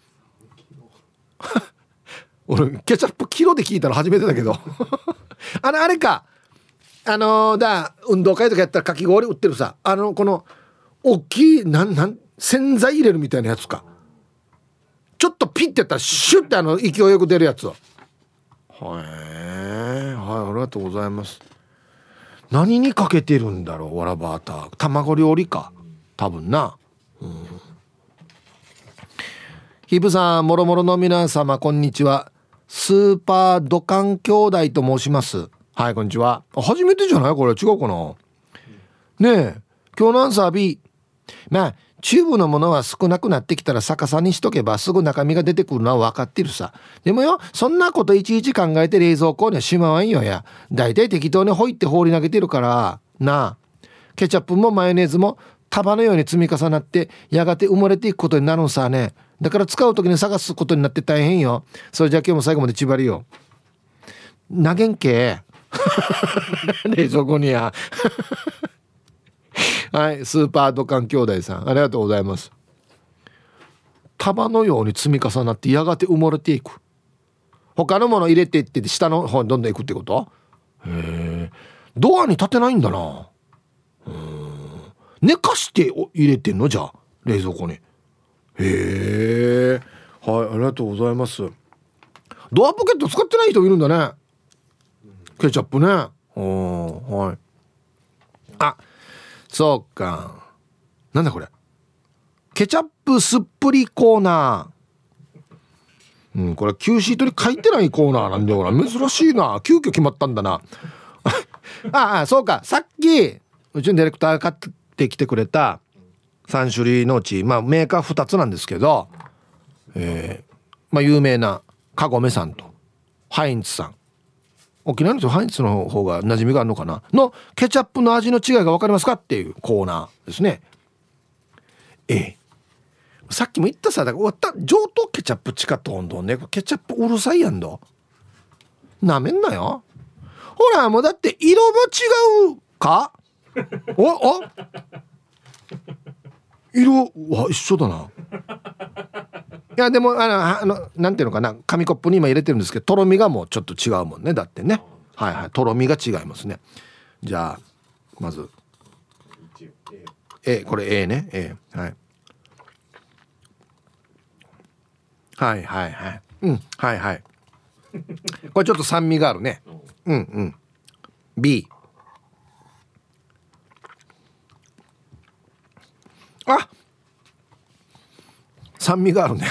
俺ケチャップキロで聞いたの初めてだけどあれあれかあのー、だ運動会とかやったらかき氷売ってるさあのこの大きいなんなん洗剤入れるみたいなやつかちょっとピッてやったらシュッてあの勢いよく出るやつをはいはいありがとうございます。何にかけてるんだろうわらバーター卵料理か多分な、うん、ヒブさんもろもろの皆様こんにちは。スーパードカン兄弟と申します。はいこんにちは。初めてじゃないこれ違うかなねえ今日のアンサー B。 まあチューブのものは少なくなってきたら逆さにしとけばすぐ中身が出てくるのは分かってるさ。でもよ、そんなこといちいち考えて冷蔵庫にはしまわんよや。だいたい適当にほいって放り投げてるからなあ。ケチャップもマヨネーズも束のように積み重なってやがて埋もれていくことになるんさね。だから使う時に探すことになって大変よ。それじゃあ今日も最後まで縛りよ。投げんけ冷蔵庫にははい、スーパードカン兄弟さんありがとうございます。束のように積み重なってやがて埋もれていく。他のもの入れていって下の方にどんどんいくってこと。へえ、ドアに立てないんだな。うーん、寝かして入れてんのじゃあ冷蔵庫に。へえ、はい、ありがとうございます。ドアポケット使ってない人いるんだね、ケチャップね。お、はい。あ、そうか。なんだこれ。ケチャップすっぷりコーナー。うん、これ Q シートに書いてないコーナーなんだよな。珍しいな。急遽決まったんだな。ああ、そうか。さっきうちのディレクターが買ってきてくれたさん種類のうち、まあメーカーふたつなんですけど、えー、まあ有名なカゴメさんとハインツさん。沖縄の人ハインツの方が馴染みがあるのかなのケチャップの味の違いが分かりますかっていうコーナーですね。ええ、さっきも言ったさ、だから上等ケチャップ近とんどんね、ケチャップうるさいやんど、なめんなよ。ほらもうだって色も違うかおお色は一緒だな。いやでもあのあのなんていうのかな、紙コップに今入れてるんですけど、とろみがもうちょっと違うもんね。だってね、はいはい、とろみが違いますね。じゃあまず A、これ A ね、 A、 はい、はいはいはい、うん、はいはい、これちょっと酸味があるね。うんうん。 B、 あ、酸味があるね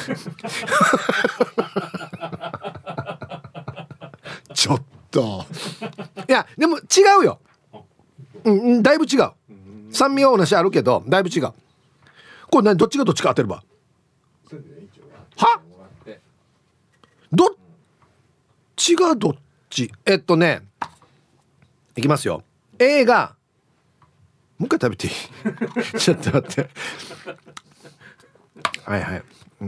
ちょっといやでも違うよ、うん、だいぶ違う。酸味は同じあるけどだいぶ違う。これ何、どっちがどっちか当てればは、どっちがどっち。えっとねいきますよ。 A がもう一回食べていいちょっと待ってはいはい、うん、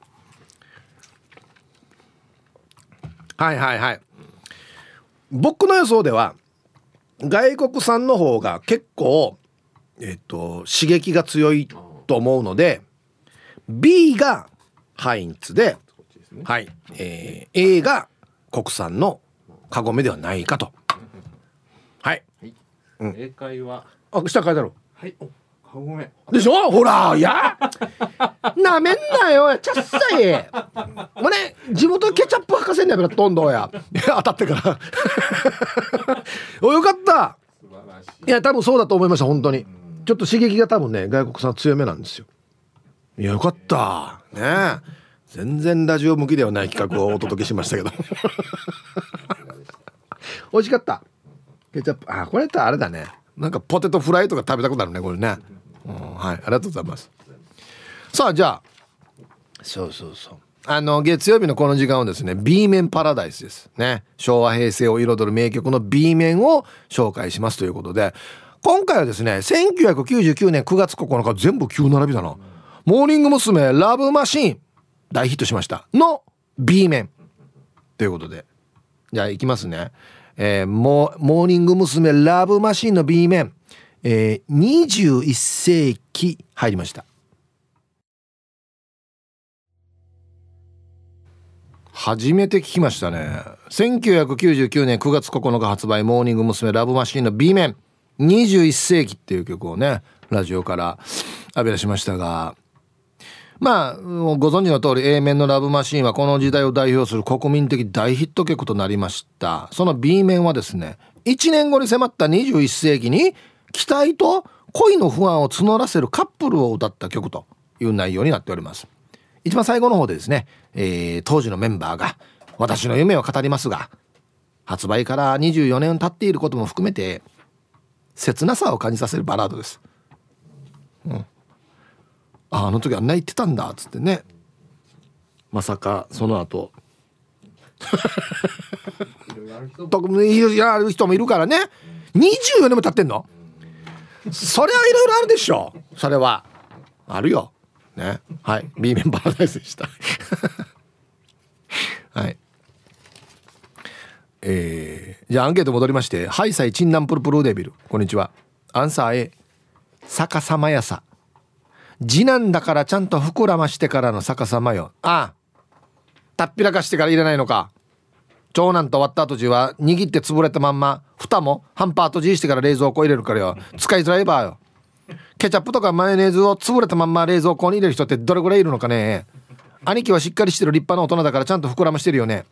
はいはいはい。僕の予想では外国産の方が結構えっと刺激が強いと思うので B がハインツで、はい、えー、A が国産のカゴメではないかと。はい、 うん、正解はあ、下書いてある。 はい、カゴメでしょ。ほら、いやなめんなよ、ちゃっさいもうね、地元ケチャップ博士にやめろとんどや当たってからお、よかった。いや多分そうだと思いました本当に。ちょっと刺激が多分ね外国産強めなんですよ。いやよかったね。全然ラジオ向きではない企画をお届けしましたけど美味しかったケチャップ。あ、これやったらあれだね、なんかポテトフライとか食べたくなるねこれね、うん、はい、ありがとうございます。さあじゃあそうそうそう、あの月曜日のこの時間はですね B 面パラダイスですね。昭和平成を彩る名曲の B 面を紹介しますということで、今回はですねせんきゅうひゃくきゅうじゅうきゅうねんくがつここのか全部きゅう並びだな。モーニング娘。ラブマシーン大ヒットしましたの B 面ということで、じゃあいきますね。えー、モ, モーニング娘。ラブマシーンの B 面、えー、にじゅういっせいき入りました。初めて聞きましたね。せんきゅうひゃくきゅうじゅうきゅうねんくがつここのか発売、モーニング娘。ラブマシーンの B 面にじゅういっせいきっていう曲をねラジオから浴び出しましたが、まあご存知の通り A 面のラブマシーンはこの時代を代表する国民的大ヒット曲となりました。その B 面はですねいちねんごに迫ったにじゅういっせいきに期待と恋の不安を募らせるカップルを歌った曲という内容になっております。一番最後の方でですね、えー、当時のメンバーが私の夢を語りますが、発売からにじゅうよねん経っていることも含めて切なさを感じさせるバラードです。 うん、ああの時あんな言ってたんだっつってね。まさかその後特にやる人もいるからね。にじゅうよねんも経ってんの。それはいろいろあるでしょ。それはあるよね。はい、 B 面パラダイスでしたはい、えー、じゃあアンケート戻りまして、ハイサイチンナンプルプルデビル、こんにちは。アンサー A、 逆さまやさ。次男だからちゃんと膨らましてからの逆さまよ。ああ、たっぴらかしてから入れないのか。長男と割った後時は握って潰れたまんま、蓋も半パート G してから冷蔵庫入れるからよ。使いづらいばよ。ケチャップとかマヨネーズを潰れたまんま冷蔵庫に入れる人ってどれぐらいいるのかね。兄貴はしっかりしてる立派な大人だからちゃんと膨らましてるよね。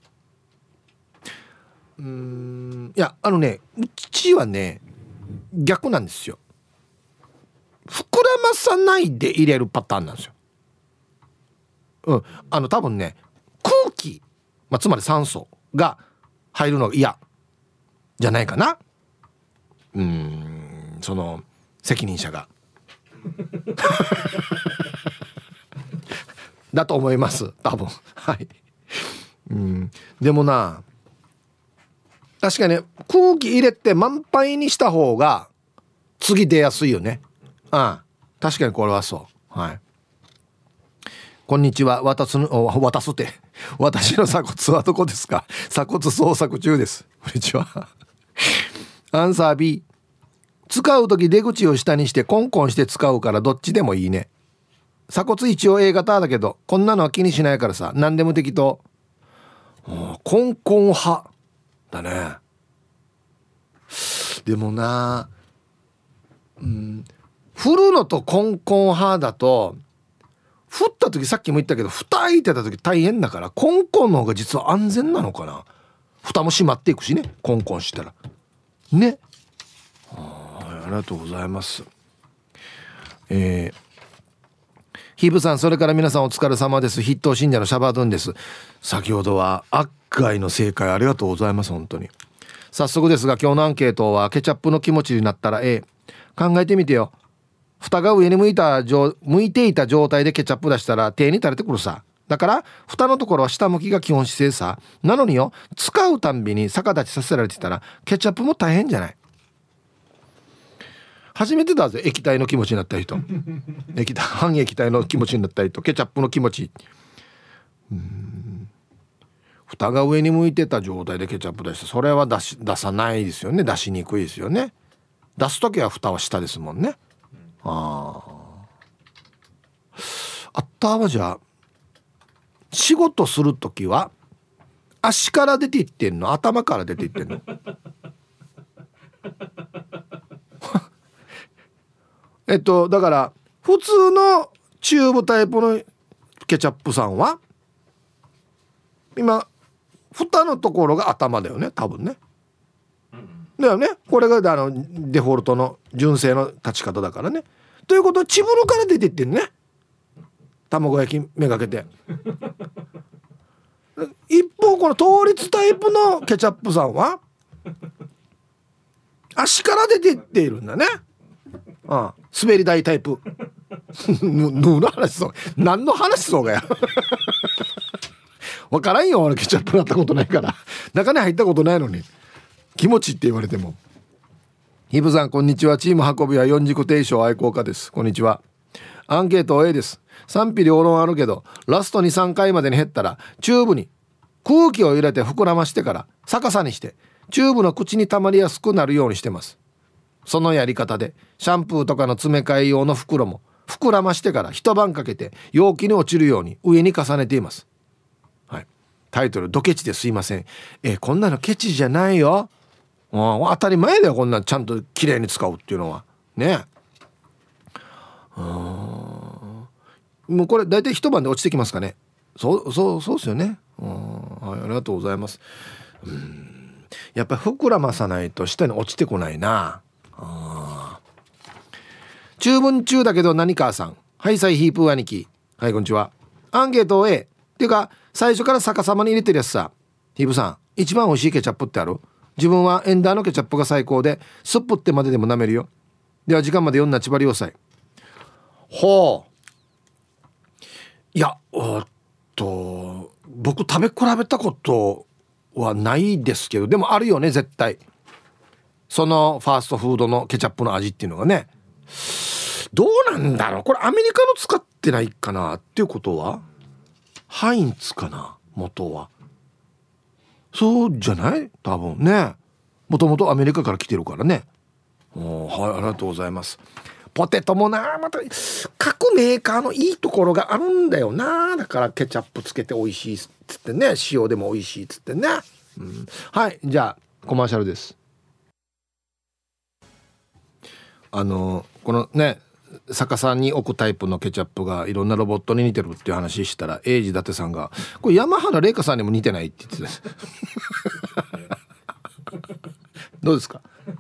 うーん、いやあのね、うちはね逆なんですよ。膨らまさないで入れるパターンなんですよ。うん、あの多分ね空気、まあ、つまり酸素が入るのが嫌じゃないかな。うーん、その責任者がだと思います多分。はい。うん、でもな、確かに、ね、空気入れて満杯にした方が次出やすいよね。ああ、確かにこれはそう。はい。こんにちは。渡すの渡すって私の鎖骨はどこですか。鎖骨捜索中です。こんにちはアンサー B、 使う時出口を下にしてコンコンして使うからどっちでもいいね。鎖骨一応 A 型だけどこんなのは気にしないからさ、何でも適当。コンコン派だね。でもな、うん、振るのとコンコン派だと、振った時さっきも言ったけど蓋開いてた時大変だからコンコンの方が実は安全なのかな。蓋も閉まっていくしね、コンコンしたらね。ありがとうございます。えーヒープさん、それから皆さんお疲れ様です。筆頭信者のシャバドゥンです。先ほどは悪解の正解ありがとうございます。本当に。早速ですが今日のアンケートはケチャップの気持ちになったら A。 考えてみてよ。蓋が上に向いた向いていた状態でケチャップ出したら手に垂れてくるさ。だから蓋のところは下向きが基本姿勢さ。なのによ、使うたんびに逆立ちさせられてたらケチャップも大変じゃない。初めてだぜ、液体の気持ちになった人液体半液体の気持ちになった人、ケチャップの気持ち。うーん、蓋が上に向いてた状態でケチャップ出して、それは出し出さないですよね。出しにくいですよね。出すときは蓋は下ですもんね。ああったわ。じゃあ仕事するときは足から出ていってんの、頭から出ていってんのえっとだから普通のチューブタイプのケチャップさんは今蓋のところが頭だよね、多分ね。だよね。これがあのデフォルトの純正の立ち方だからね。ということはチブルから出ていってるね、卵焼きめがけて一方この倒立タイプのケチャップさんは足から出ていっているんだね。ああ、滑り台タイプぬの話そう、何の話そうがや分からんよ、俺ケチャップなったことないから中に入ったことないのに気持ちって言われても。ヒブさんこんにちは。チーム運びは四軸定称愛好家です。こんにちは。アンケート A です。賛否両論あるけどラスト にさんかいまでに減ったらチューブに空気を入れて膨らましてから逆さにしてチューブの口に溜まりやすくなるようにしてます。そのやり方でシャンプーとかの詰め替え用の袋も膨らましてから一晩かけて容器に落ちるように上に重ねています。はい、タイトルドケチですいません。えこんなのケチじゃないよ。当たり前だよ、こんなちゃんときれいに使うっていうのはね。うん、もうこれ大体一晩で落ちてきますかね。そうそうそうですよね。うん、はい、ありがとうございます。うん、やっぱり膨らまさないと下に落ちてこないな。あ、中文中だけど何かさん、はい、サイヒープー兄貴、はい、こんにちは。アンケート A っていうか最初から逆さまに入れてるやつさ。ヒープさん、一番美味しいケチャップってある？自分はエンダーのケチャップが最高でスップってまででも舐めるよ。では時間まで読んなちばり要塞。 ほう。いや、おっと僕食べ比べたことはないですけど、でもあるよね絶対。そのファーストフードのケチャップの味っていうのがね。どうなんだろうこれ、アメリカの使ってないかなっていうことはハインツかな元は。そうじゃない多分ね。もともとアメリカから来てるからね。おはい、ありがとうございます。ポテトもな、また各メーカーのいいところがあるんだよな。だからケチャップつけて美味しいっつってね、塩でも美味しいっつってね、うん、はい。じゃあコマーシャルです。あのこのね逆さに置くタイプのケチャップがいろんなロボットに似てるっていう話したら、エイジ伊達さんがこれ山原玲香さんにも似てないって言ってたどうですか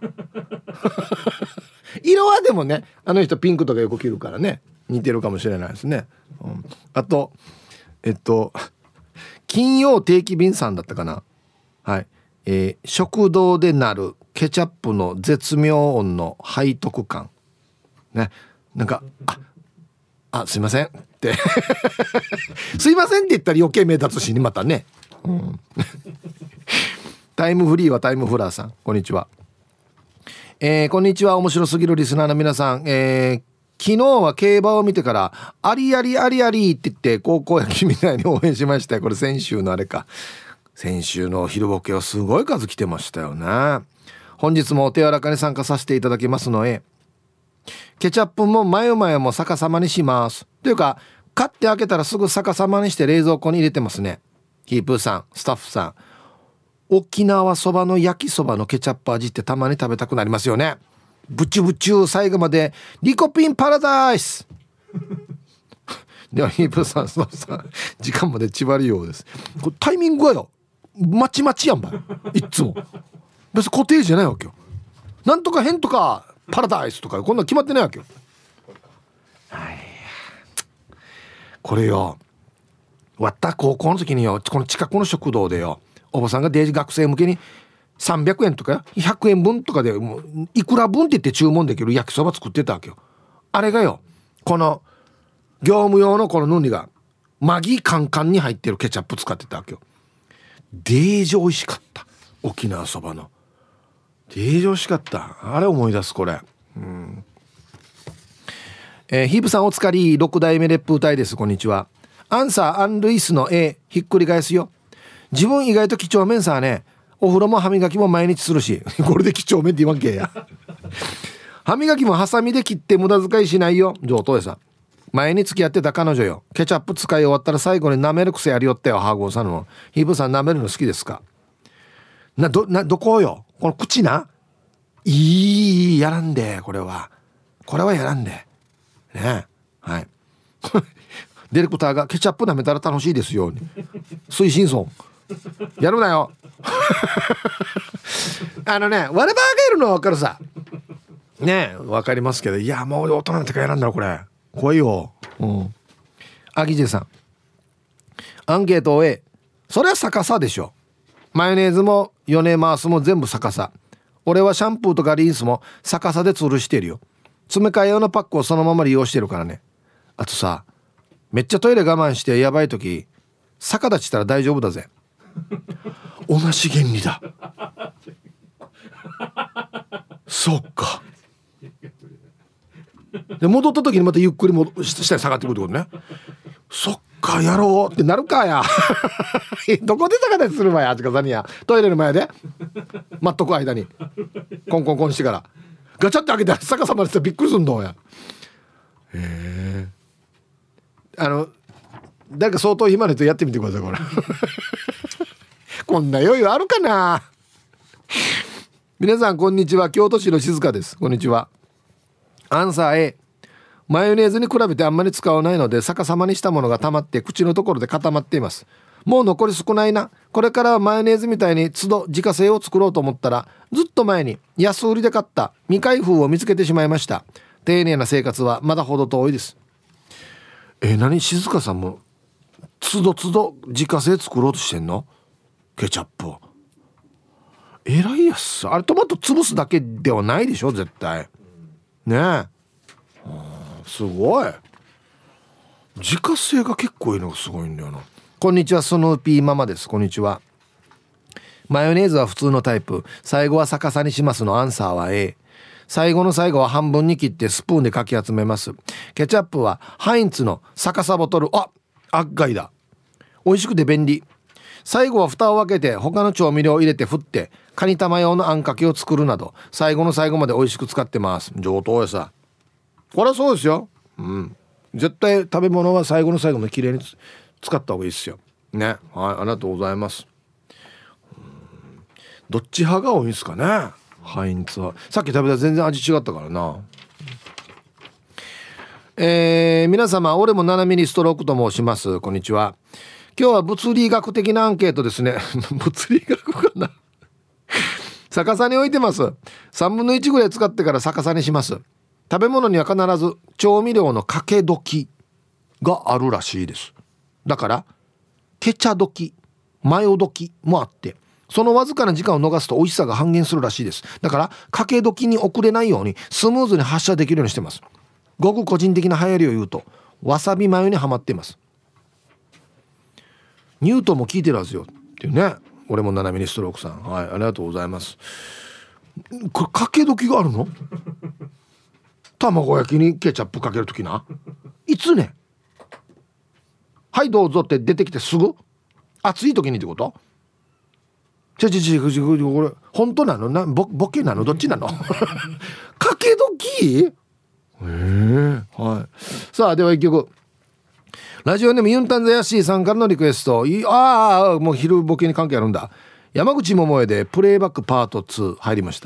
色はでもね、あの人ピンクとかよく着るからね、似てるかもしれないですね、うん、あとえっと金曜定期便さんだったかな。はい、えー、食堂でなるケチャップの絶妙音の背徳感ね。なんかああすいませんってすいませんって言ったら余計目立つしねまたね、うん、タイムフリーはタイムフラーさん、こんにちは。えー、こんにちは。面白すぎるリスナーの皆さん、えー、昨日は競馬を見てからありありありありって言って高校野球みたいに応援しましたよ。これ先週のあれか、先週の昼ボケはすごい数来てましたよね。本日もお手柔らかに参加させていただきますので、ケチャップもマヨマヨも逆さまにしますというか、買って開けたらすぐ逆さまにして冷蔵庫に入れてますね。ヒープーさん、スタッフさん、沖縄そばの焼きそばのケチャップ味ってたまに食べたくなりますよね。ブチュブチュ最後までリコピンパラダイスではヒープーさん、スタッフさん、時間まで縛るようです。これタイミングはよまちまちやんばい、いっつも別に固定じゃないわけよ。なんとか変とかパラダイスとかこんなの決まってないわけよ。はい、これよ、わった高校の時によ、この近くの食堂でよ、おばさんがデージ学生向けにさんびゃくえんとかひゃくえんぶんとかでもういくら分って言って注文できる焼きそば作ってたわけよ。あれがよ、この業務用のこのヌニがマギカンカンに入ってるケチャップ使ってたわけよ。デージ美味しかった。沖縄そばのデージ美味しかった。あれ思い出すこれ、うん。えー、ヒープさんおつかりろく代目烈風隊です。こんにちは。アンサーアンルイスの A ひっくり返すよ。自分意外と几帳面さね。お風呂も歯磨きも毎日するしこれで几帳面って言わんけや歯磨きもハサミで切って無駄遣いしないよ。上等でさ、前に付き合ってた彼女よ、ケチャップ使い終わったら最後に舐める癖ありよってよ。ハーゴンさんのヒープさん舐めるの好きですか。などなどこよこの口な、いいやらんで、これはこれはやらんでね。はいディレクターがケチャップ舐めたら楽しいですよ推進村やるなよあのね、我々がいるのは分かるさね、分かりますけど、いやもう大人なんてかやらんだろこれ、怖いよ。うん。アギジェさん、アンケートを A、 それは逆さでしょ。マヨネーズもヨネマースも全部逆さ。俺はシャンプーとかリンスも逆さで吊るしてるよ。詰め替え用のパックをそのまま利用してるからね。あとさ、めっちゃトイレ我慢してやばい時逆立ちしたら大丈夫だぜ同じ原理だそっか。で戻った時にまたゆっくり戻下に下がってくるってことね。そっか、やろうってなるかやどこで逆立ちするわや、あちかさにやトイレの前で待っとく間にコンコンコンしてからガチャって開けて逆さまでしてびっくりすんのや。へえ、あの誰か相当暇な人やってみてくださいこれこんな余裕あるかな。皆さんこんにちは。京都市の静香です。こんにちは。アンサー A、 マヨネーズに比べてあんまり使わないので逆さまにしたものが溜まって口のところで固まっています。もう残り少ないな。これからはマヨネーズみたいに都度自家製を作ろうと思ったら、ずっと前に安売りで買った未開封を見つけてしまいました。丁寧な生活はまだほど遠いです。えー、何、静香さんもつどつど自家製作ろうとしてんの？ケチャップを。えらいやつ。あれトマト潰すだけではないでしょ絶対ねえ。 すごい。自家製が結構いいのがすごいんだよな。こんにちは、スヌーピーママです。こんにちは。マヨネーズは普通のタイプ、最後は逆さにしますのアンサーは A。 最後の最後は半分に切ってスプーンでかき集めます。ケチャップはハインツの逆さボトル、あ、アッガイだ。美味しくて便利。最後は蓋を開けて他の調味料を入れて振ってカニ玉用のあんかけを作るなど最後の最後まで美味しく使ってます。上等やさ。これはそうですよ。うん、絶対食べ物は最後の最後まできれいに使った方がいいですよね。はい、ありがとうございます。どっち派が多いんですかね。ハインツはさっき食べたら全然味違ったからな。えー、皆様、俺もななミリストロークと申します。こんにちは。今日は物理学的なアンケートですね物理学かな逆さに置いてます。さんぶんのいちぐらい使ってから逆さにします。食べ物には必ず調味料のかけ時があるらしいです。だからケチャ時、マヨ時もあって、そのわずかな時間を逃すと美味しさが半減するらしいです。だからかけ時に遅れないようにスムーズに発射できるようにしてます。ごく個人的な流行りを言うとわさびマヨにハマっています。ニュートンも聞いてるはずよっていうね。俺もななミリストロークさん、はい、ありがとうございます。これかけ時があるの卵焼きにケチャップかけるときな、いつね、はいどうぞって出てきてすぐ、暑い時にってこと？ちょちょちょちょ、これ本当なのな、ボ、ボケなの、どっちなのかけ時？へえ、はい。さあでは一曲、ラジオネームユンタンザヤシーさんからのリクエスト。いああ、もう昼ボケに関係あるんだ。山口百恵でプレイバックパートツー入りました。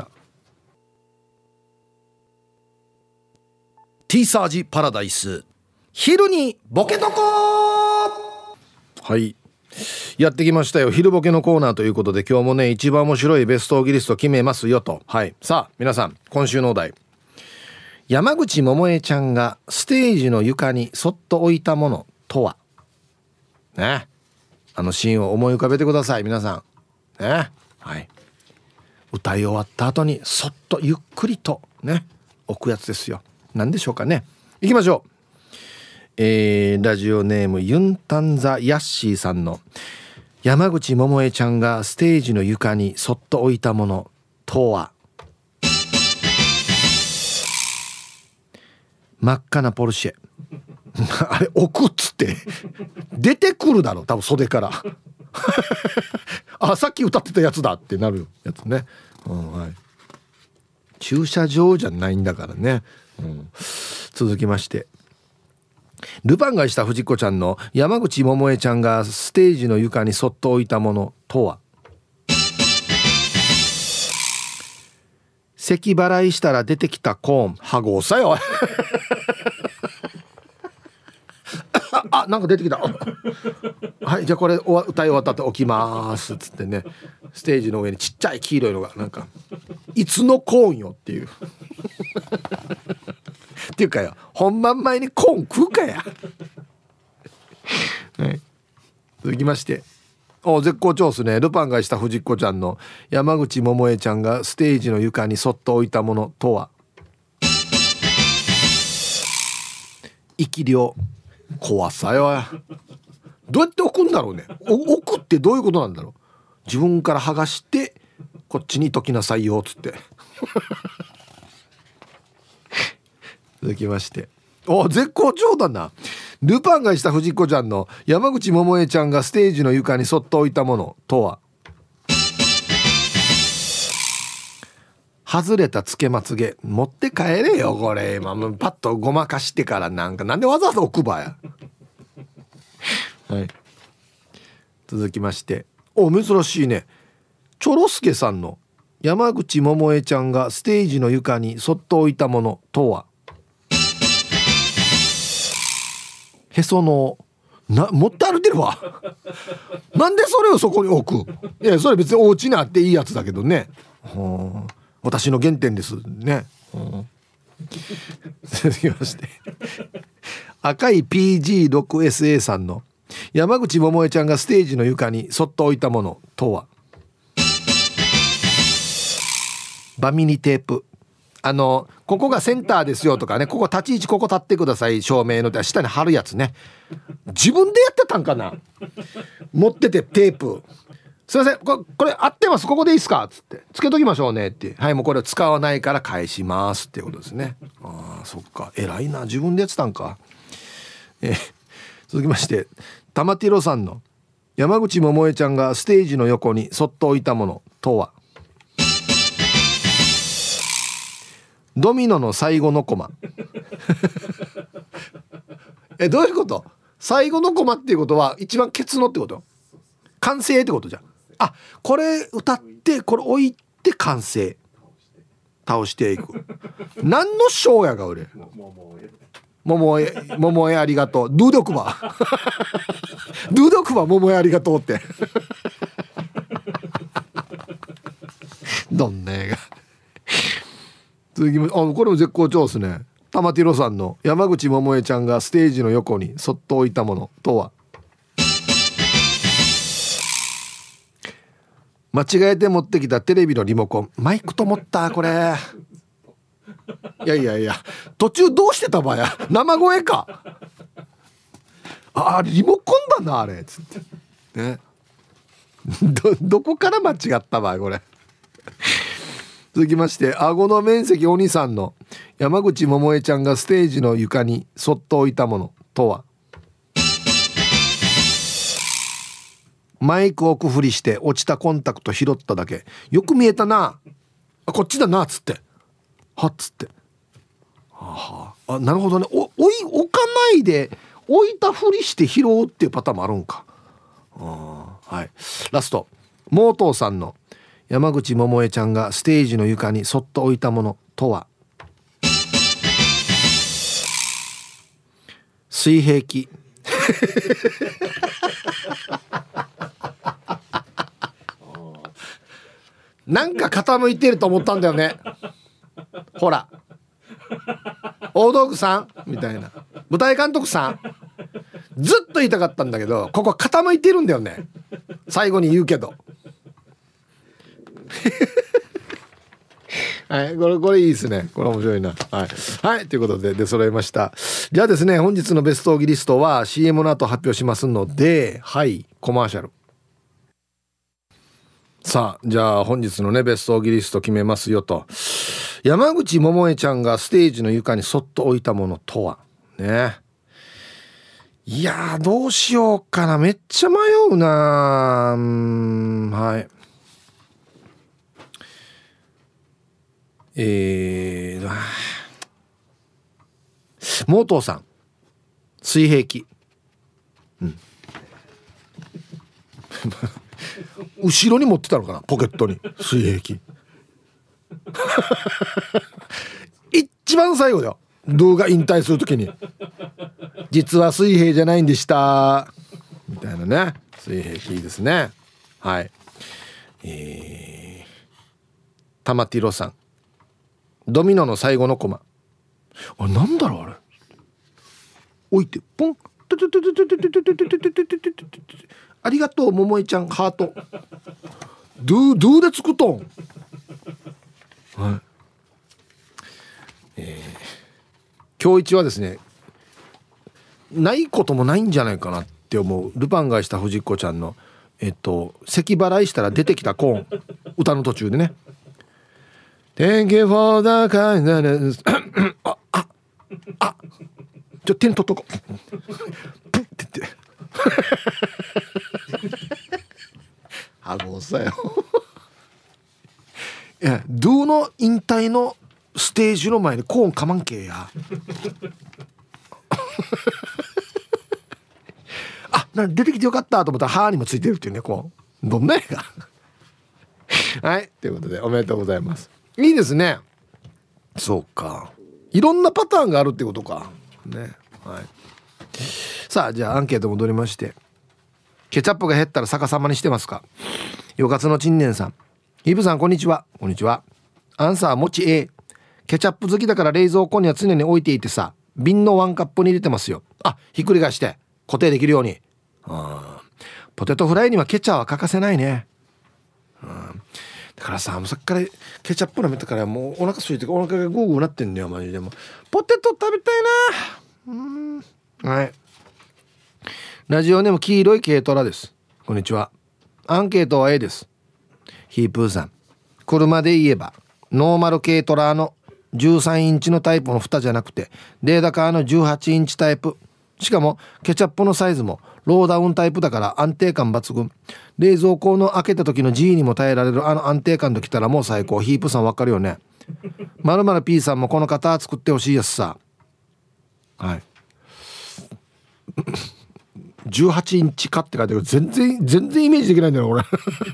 T サージパラダイス、昼にボケとこ。はい、やってきましたよ、昼ボケのコーナーということで、今日もね一番面白いベストオギリスト決めますよと。はい、さあ皆さん、今週のお題、山口百恵ちゃんがステージの床にそっと置いたものとはね。あのシーンを思い浮かべてください皆さんね。はい、歌い終わった後にそっとゆっくりとね置くやつですよ。何でしょうかね。いきましょう。えー、ラジオネームユンタンザヤッシーさんの山口百恵ちゃんがステージの床にそっと置いたものとは。真っ赤なポルシェあれ置くっつって出てくるだろ多分袖からあ、さっき歌ってたやつだってなるやつね、うん、はい、駐車場じゃないんだからね、うん、続きまして、ルパンがした藤子ちゃんの山口百恵ちゃんがステージの床にそっと置いたものとは。咳払いしたら出てきたコーン、ハゴさよあ、なんか出てきたはい、じゃあこれ歌い終わったって起きますっつってね、ステージの上にちっちゃい黄色いのがなんかいつのコーンよっていうっていうかよ、本番前にコーン食うかやはい、続きまして、お絶好調っすね。ルパンがした藤子ちゃんの山口百恵ちゃんがステージの床にそっと置いたものとは。生き量、怖さよ。どうやって置くんだろうね。置くってどういうことなんだろう。自分から剥がしてこっちに解きなさいよつって続きまして、お絶好調だな。ルパンがした藤子ちゃんの山口百恵ちゃんがステージの床にそっと置いたものとは。外れたつけまつげ持って帰れよこれ、まあ、パッとごまかしてからなんかなんでわざわざ置くばやはい、続きまして、お珍しいね、チョロスケさんの山口百恵ちゃんがステージの床にそっと置いたものとは。へそのな、持って歩いてるわなんでそれをそこに置く。いやそれ別にお家にあっていいやつだけどね、はあ、私の原点ですね、はあ、続きまして赤い ピージーろくエスエー さんの山口百恵ちゃんがステージの床にそっと置いたものとは。バミニテープ、 あのここがセンターですよとかね、ここ立ち位置ここ立ってください照明のって下に貼るやつね。自分でやってたんかな。持っててテープ、すいません こ, これ合ってます、ここでいいですかっつって、つけときましょうねって、はいもうこれを使わないから返しますっていうことですね。ああそっか、偉いな、自分でやってたんか。えー、続きまして玉ティロさんの山口百恵ちゃんがステージの横にそっと置いたものとは。ドミノの最後のコマ。えどういうこと？最後のコマっていうことは一番ケツのってこと？完成ってことじゃん。あ、これ歌ってこれ置いて完成、倒していく。何のショーやが俺。桃江桃江ありがとうドゥドクバドゥドクバ桃江ありがとうってどんな映画。続きま、あこれも絶好調ですね。玉ティロさんの山口百恵ちゃんがステージの横にそっと置いたものとは。間違えて持ってきたテレビのリモコン。マイクと思ったこれ。いやいやいや途中どうしてたばや、生声か。あリモコンだなあれつってね。ど, どこから間違ったばこれ。続きまして顎の面積お兄さんの山口百恵ちゃんがステージの床にそっと置いたものとは。マイクを置くふりして落ちたコンタクト拾っただけ。よく見えたなあ、こっちだなっつってはっつって、はあ、あなるほどね。お置い置かないで置いたふりして拾うっていうパターンもあるんか。あ、はい、ラストモートーさんの山口百恵ちゃんがステージの床にそっと置いたものとは。水平器。なんか傾いてると思ったんだよね。ほら大道具さんみたいな、舞台監督さん、ずっと言いたかったんだけどここ傾いてるんだよね。最後に言うけどはい、これこれいいですね。これ面白いな。はい、はい、ということで出揃いました。じゃあですね、本日のベストオギリストは シーエム の後発表しますので、はいコマーシャル。さあじゃあ本日のねベストオギリスト決めますよと。山口百恵ちゃんがステージの床にそっと置いたものとはね。いやーどうしようかな、めっちゃ迷うな。うーん、はいえー、モートーさん水平器、うん後ろに持ってたのかな、ポケットに水平器。一番最後だよ、動画引退するときに実は水平じゃないんでしたみたいなね。水平器いいですね。はい、えー、玉ティロさんドミノの最後のコマ。あれなんだろうあれ、置いてポン、ありがとう桃井ちゃんハート。ドゥドゥでつくとん。はい、えー、今日一はですねないこともないんじゃないかなって思うルパンがした藤子ちゃんのえっと咳払いしたら出てきたコーン歌の途中でね。Thank you for the kindness あああちょ手に取っとこうプッって言ってあごさよいやドゥの引退のステージの前にコーンかまんけやあなん出てきてよかったと思ったら歯にもついてるっていうね、こうどんな映画はいということでおめでとうございます。いいですね。そうか、いろんなパターンがあるってことかね。はい、さあじゃあアンケート戻りまして、ケチャップが減ったら逆さまにしてますか。よかつのちんねんさん、イブさんこんにちは。こんにちは。アンサーもち A。 ケチャップ好きだから冷蔵庫には常に置いていてさ、瓶のワンカップに入れてますよ。あ、ひっくり返して固定できるように。あ、ポテトフライにはケチャは欠かせないね。うん、 からさ、さっきからケチャップ舐めたからもうお腹空いてお腹がグーグーなってんだよマジで。もポテト食べたいな。うーん、はい。ラジオネーム黄色い軽トラです。こんにちは。アンケートは A です。ヒープーさん、車で言えばノーマル軽トラのじゅうさんインチのタイプの蓋じゃなくてレーダーカーのじゅうはちインチタイプ、しかもケチャップのサイズもローダウンタイプだから安定感抜群。冷蔵庫の開けた時の G にも耐えられるあの安定感ときたらもう最高。ヒープさんわかるよね。まるまる P さんもこの型作ってほしいやつさ。はいじゅうはちインチかって書いてあるけど全然全然イメージできないんだよ俺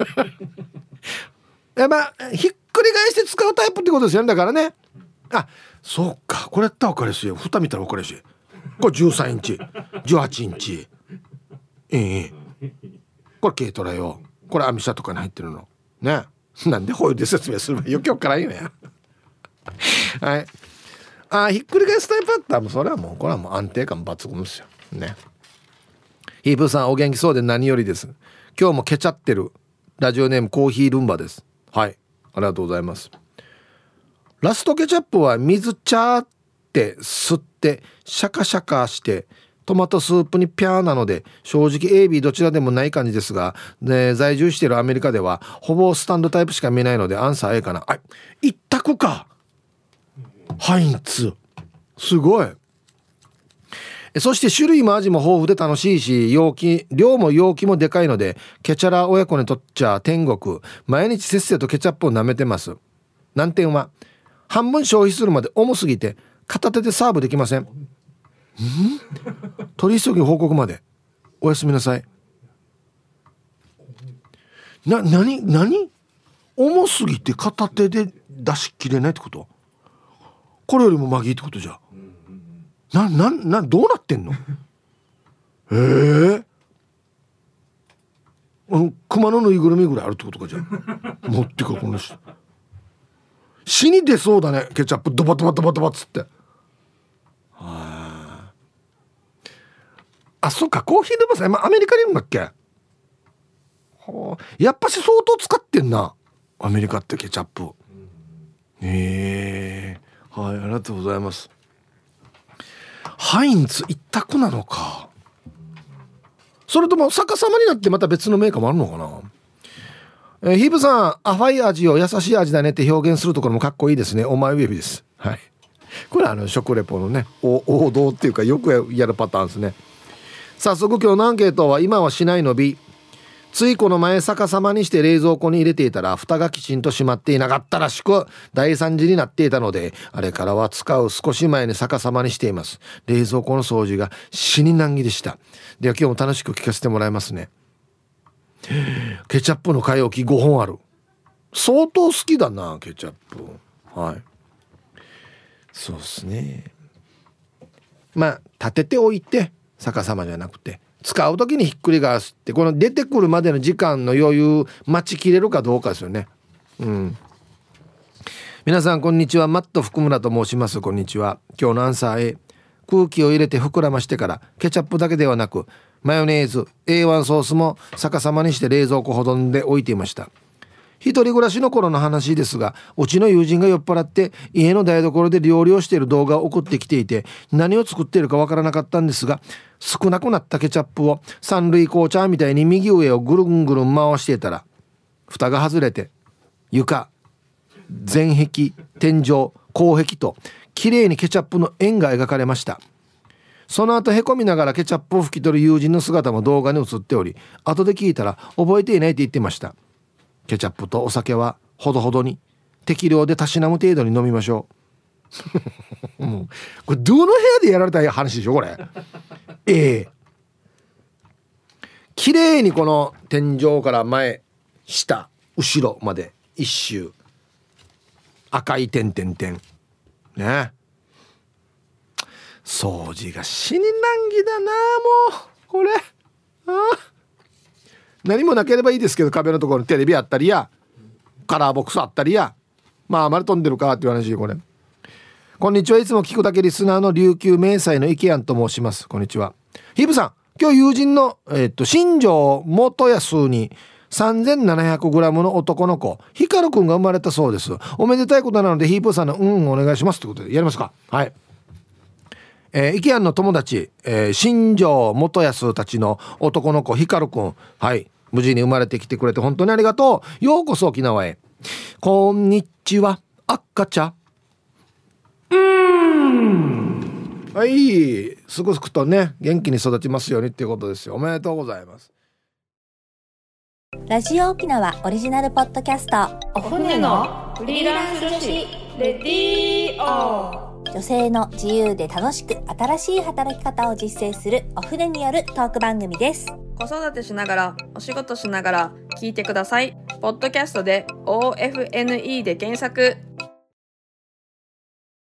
やまあひっくり返して使うタイプってことですよね。だからね、あ、そうか、これやったら分かりやすいよ。蓋見たら分かりやすい。これじゅうさんインチじゅうはちインチ、ええ、これ軽トラよ。これアミシャとかに入ってるのね。なんでホイールで説明するのよくわからんよねはい。あ、ひっくり返すタイプだったらもうそれはもうこれはもう安定感抜群ですよね。ヒープさんお元気そうで何よりです。今日もケチャってる。ラジオネームコーヒールンバです。はい、ありがとうございます。ラストケチャップは水チャーって吸ってシャカシャカしてトマトスープにピャーなので正直 エービー どちらでもない感じですが、ね、在住しているアメリカではほぼスタンドタイプしか見ないのでアンサー A かな。あ、一択か。ハインツすごい。そして種類も味も豊富で楽しいし容器量も容器もでかいのでケチャラ親子にとっちゃ天国。毎日せっせとケチャップを舐めてます。難点は半分消費するまで重すぎて片手でサーブできません。ん取り急ぎ報告までおやすみなさい。な、なになに重すぎて片手で出しきれないってこと？これよりもマギーってことじゃな、な、な、どうなってんの？えー、あの熊のぬいぐるみぐらいあるってことかじゃん。持ってかこの人死に出そうだね。ケチャップドバドバドバドバっつって。ああ、そっか、コーヒーでもさ、アメリカにいるんだっけ。はあ、やっぱし相当使ってんなアメリカってケチャップ。へえー、はい、ありがとうございます。ハインツ一択なのか。それとも逆さまになってまた別のメーカーもあるのかな。えー、ヒープさん、甘い味を優しい味だねって表現するところもかっこいいですね。お前ウェビです。はい、これはあの食レポのね王道っていうかよくやるパターンですね。早速今日のアンケートは今はしないの B。 ついこの前逆さまにして冷蔵庫に入れていたら蓋がきちんと閉まっていなかったらしく大惨事になっていたので、あれからは使う少し前に逆さまにしています。冷蔵庫の掃除が死に難儀でした。では今日も楽しく聞かせてもらいますね。ケチャップの買い置きごほんある。相当好きだなケチャップ。はい、そうですね。まあ立てておいて逆さまじゃなくて使う時にひっくり返すってこの出てくるまでの時間の余裕待ちきれるかどうかですよね。うん。皆さんこんにちは、マット福村と申します。こんにちは。今日のアンサー A。 空気を入れて膨らましてからケチャップだけではなくマヨネーズ エーワン ソースも逆さまにして冷蔵庫保存で置いていました。一人暮らしの頃の話ですが、うちの友人が酔っ払って家の台所で料理をしている動画を送ってきていて何を作っているかわからなかったんですが、少なくなったケチャップを三塁紅茶みたいに右上をぐるんぐるん回していたら蓋が外れて床、前壁、天井、後壁ときれいにケチャップの円が描かれました。その後へこみながらケチャップを拭き取る友人の姿も動画に映っており、後で聞いたら覚えていないって言ってました。ケチャップとお酒はほどほどに適量でたしなむ程度に飲みましょうもうこれどの部屋でやられた話でしょこれええ綺麗にこの天井から前下後ろまで一周赤い点々点ね。掃除が死に難儀だなもうこれ。ああ何もなければいいですけど壁のところにテレビあったりやカラーボックスあったりやまああまり飛んでるかっていう話。これこんにちは、いつも聞くだけリスナーの琉球明細の池谷と申します。こんにちは。ヒブさん、今日友人の、えー、っと新庄元康にさんぜんななひゃくグラム の男の子ヒカルくんが生まれたそうです。おめでたいことなのでヒープーさんのうんお願いしますということでやりますか。はい、えー、イケアンの友達、えー、新庄元康たちの男の子ヒカルくん、はい、無事に生まれてきてくれて本当にありがとう。ようこそ沖縄へ。こんにちは赤ちゃうーん、はい、すくすくとね元気に育ちますようにっていうことですよ。おめでとうございます。 ラジオ沖縄オリジナルポッドキャストお船のフリーランス女子レディオ。 女性の自由で楽しく新しい働き方を実践するお船によるトーク番組です。 子育てしながらお仕事しながら聞いてください。ポッドキャストで オーエフエヌイー で検索。